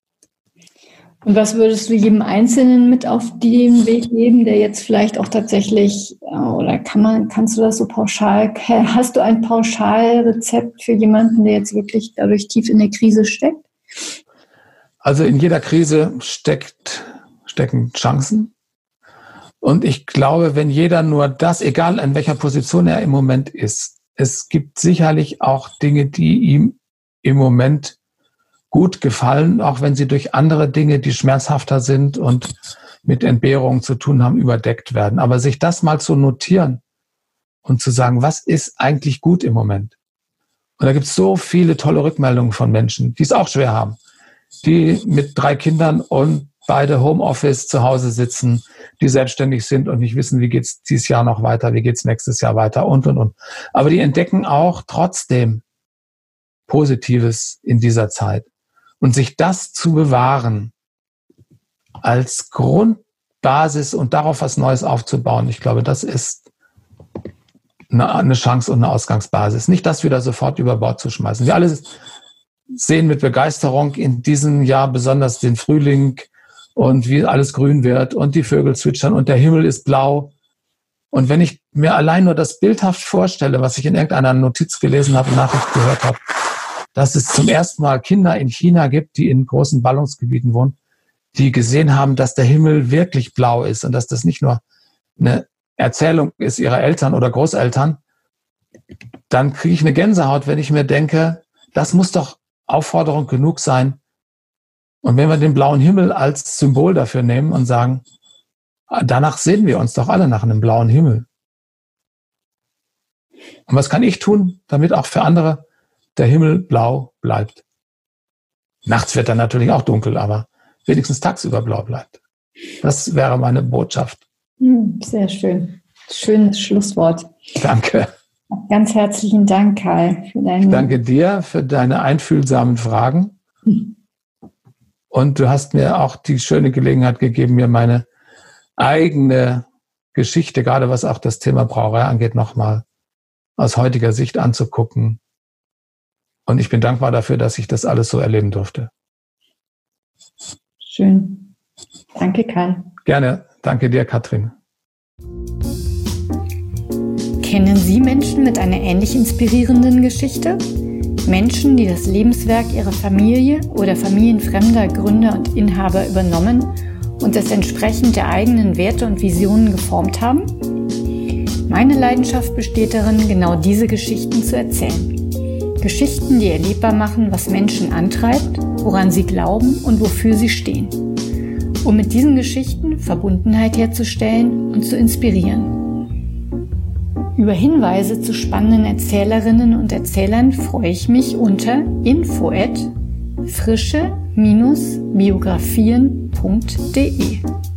Und was würdest du jedem Einzelnen mit auf den Weg geben, der jetzt vielleicht auch tatsächlich, oder kann man, kannst du das so pauschal, hast du ein Pauschalrezept für jemanden, der jetzt wirklich dadurch tief in der Krise steckt? Also in jeder Krise steckt, stecken Chancen. Und ich glaube, wenn jeder nur das, egal in welcher Position er im Moment ist, es gibt sicherlich auch Dinge, die ihm im Moment gut gefallen, auch wenn sie durch andere Dinge, die schmerzhafter sind und mit Entbehrungen zu tun haben, überdeckt werden. Aber sich das mal zu notieren und zu sagen, was ist eigentlich gut im Moment? Und da gibt es so viele tolle Rückmeldungen von Menschen, die es auch schwer haben, die mit drei Kindern und beide Homeoffice zu Hause sitzen, die selbstständig sind und nicht wissen, wie geht's dieses Jahr noch weiter, wie geht's nächstes Jahr weiter und, und, und. Aber die entdecken auch trotzdem Positives in dieser Zeit. Und sich das zu bewahren als Grundbasis und darauf was Neues aufzubauen, ich glaube, das ist eine Chance und eine Ausgangsbasis. Nicht das wieder sofort über Bord zu schmeißen. Wir alle sehen mit Begeisterung in diesem Jahr besonders den Frühling und wie alles grün wird und die Vögel zwitschern und der Himmel ist blau. Und wenn ich mir allein nur das bildhaft vorstelle, was ich in irgendeiner Notiz gelesen habe, Nachricht gehört habe, dass es zum ersten Mal Kinder in China gibt, die in großen Ballungsgebieten wohnen, die gesehen haben, dass der Himmel wirklich blau ist und dass das nicht nur eine Erzählung ist ihrer Eltern oder Großeltern, dann kriege ich eine Gänsehaut, wenn ich mir denke, das muss doch Aufforderung genug sein. Und wenn wir den blauen Himmel als Symbol dafür nehmen und sagen, danach sehen wir uns doch alle nach einem blauen Himmel. Und was kann ich tun, damit auch für andere der Himmel blau bleibt. Nachts wird dann natürlich auch dunkel, aber wenigstens tagsüber blau bleibt. Das wäre meine Botschaft. Sehr schön. Schönes Schlusswort. Danke. Ganz herzlichen Dank, Karl. Für deine ich danke dir für deine einfühlsamen Fragen. Und du hast mir auch die schöne Gelegenheit gegeben, mir meine eigene Geschichte, gerade was auch das Thema Brauerei angeht, nochmal aus heutiger Sicht anzugucken. Und ich bin dankbar dafür, dass ich das alles so erleben durfte. Schön. Danke, Karl. Gerne. Danke dir, Katrin. Kennen Sie Menschen mit einer ähnlich inspirierenden Geschichte? Menschen, die das Lebenswerk ihrer Familie oder familienfremder Gründer und Inhaber übernommen und es entsprechend der eigenen Werte und Visionen geformt haben? Meine Leidenschaft besteht darin, genau diese Geschichten zu erzählen. Geschichten, die erlebbar machen, was Menschen antreibt, woran sie glauben und wofür sie stehen. Um mit diesen Geschichten Verbundenheit herzustellen und zu inspirieren. Über Hinweise zu spannenden Erzählerinnen und Erzählern freue ich mich unter info at frische Bindestrich biografien punkt de.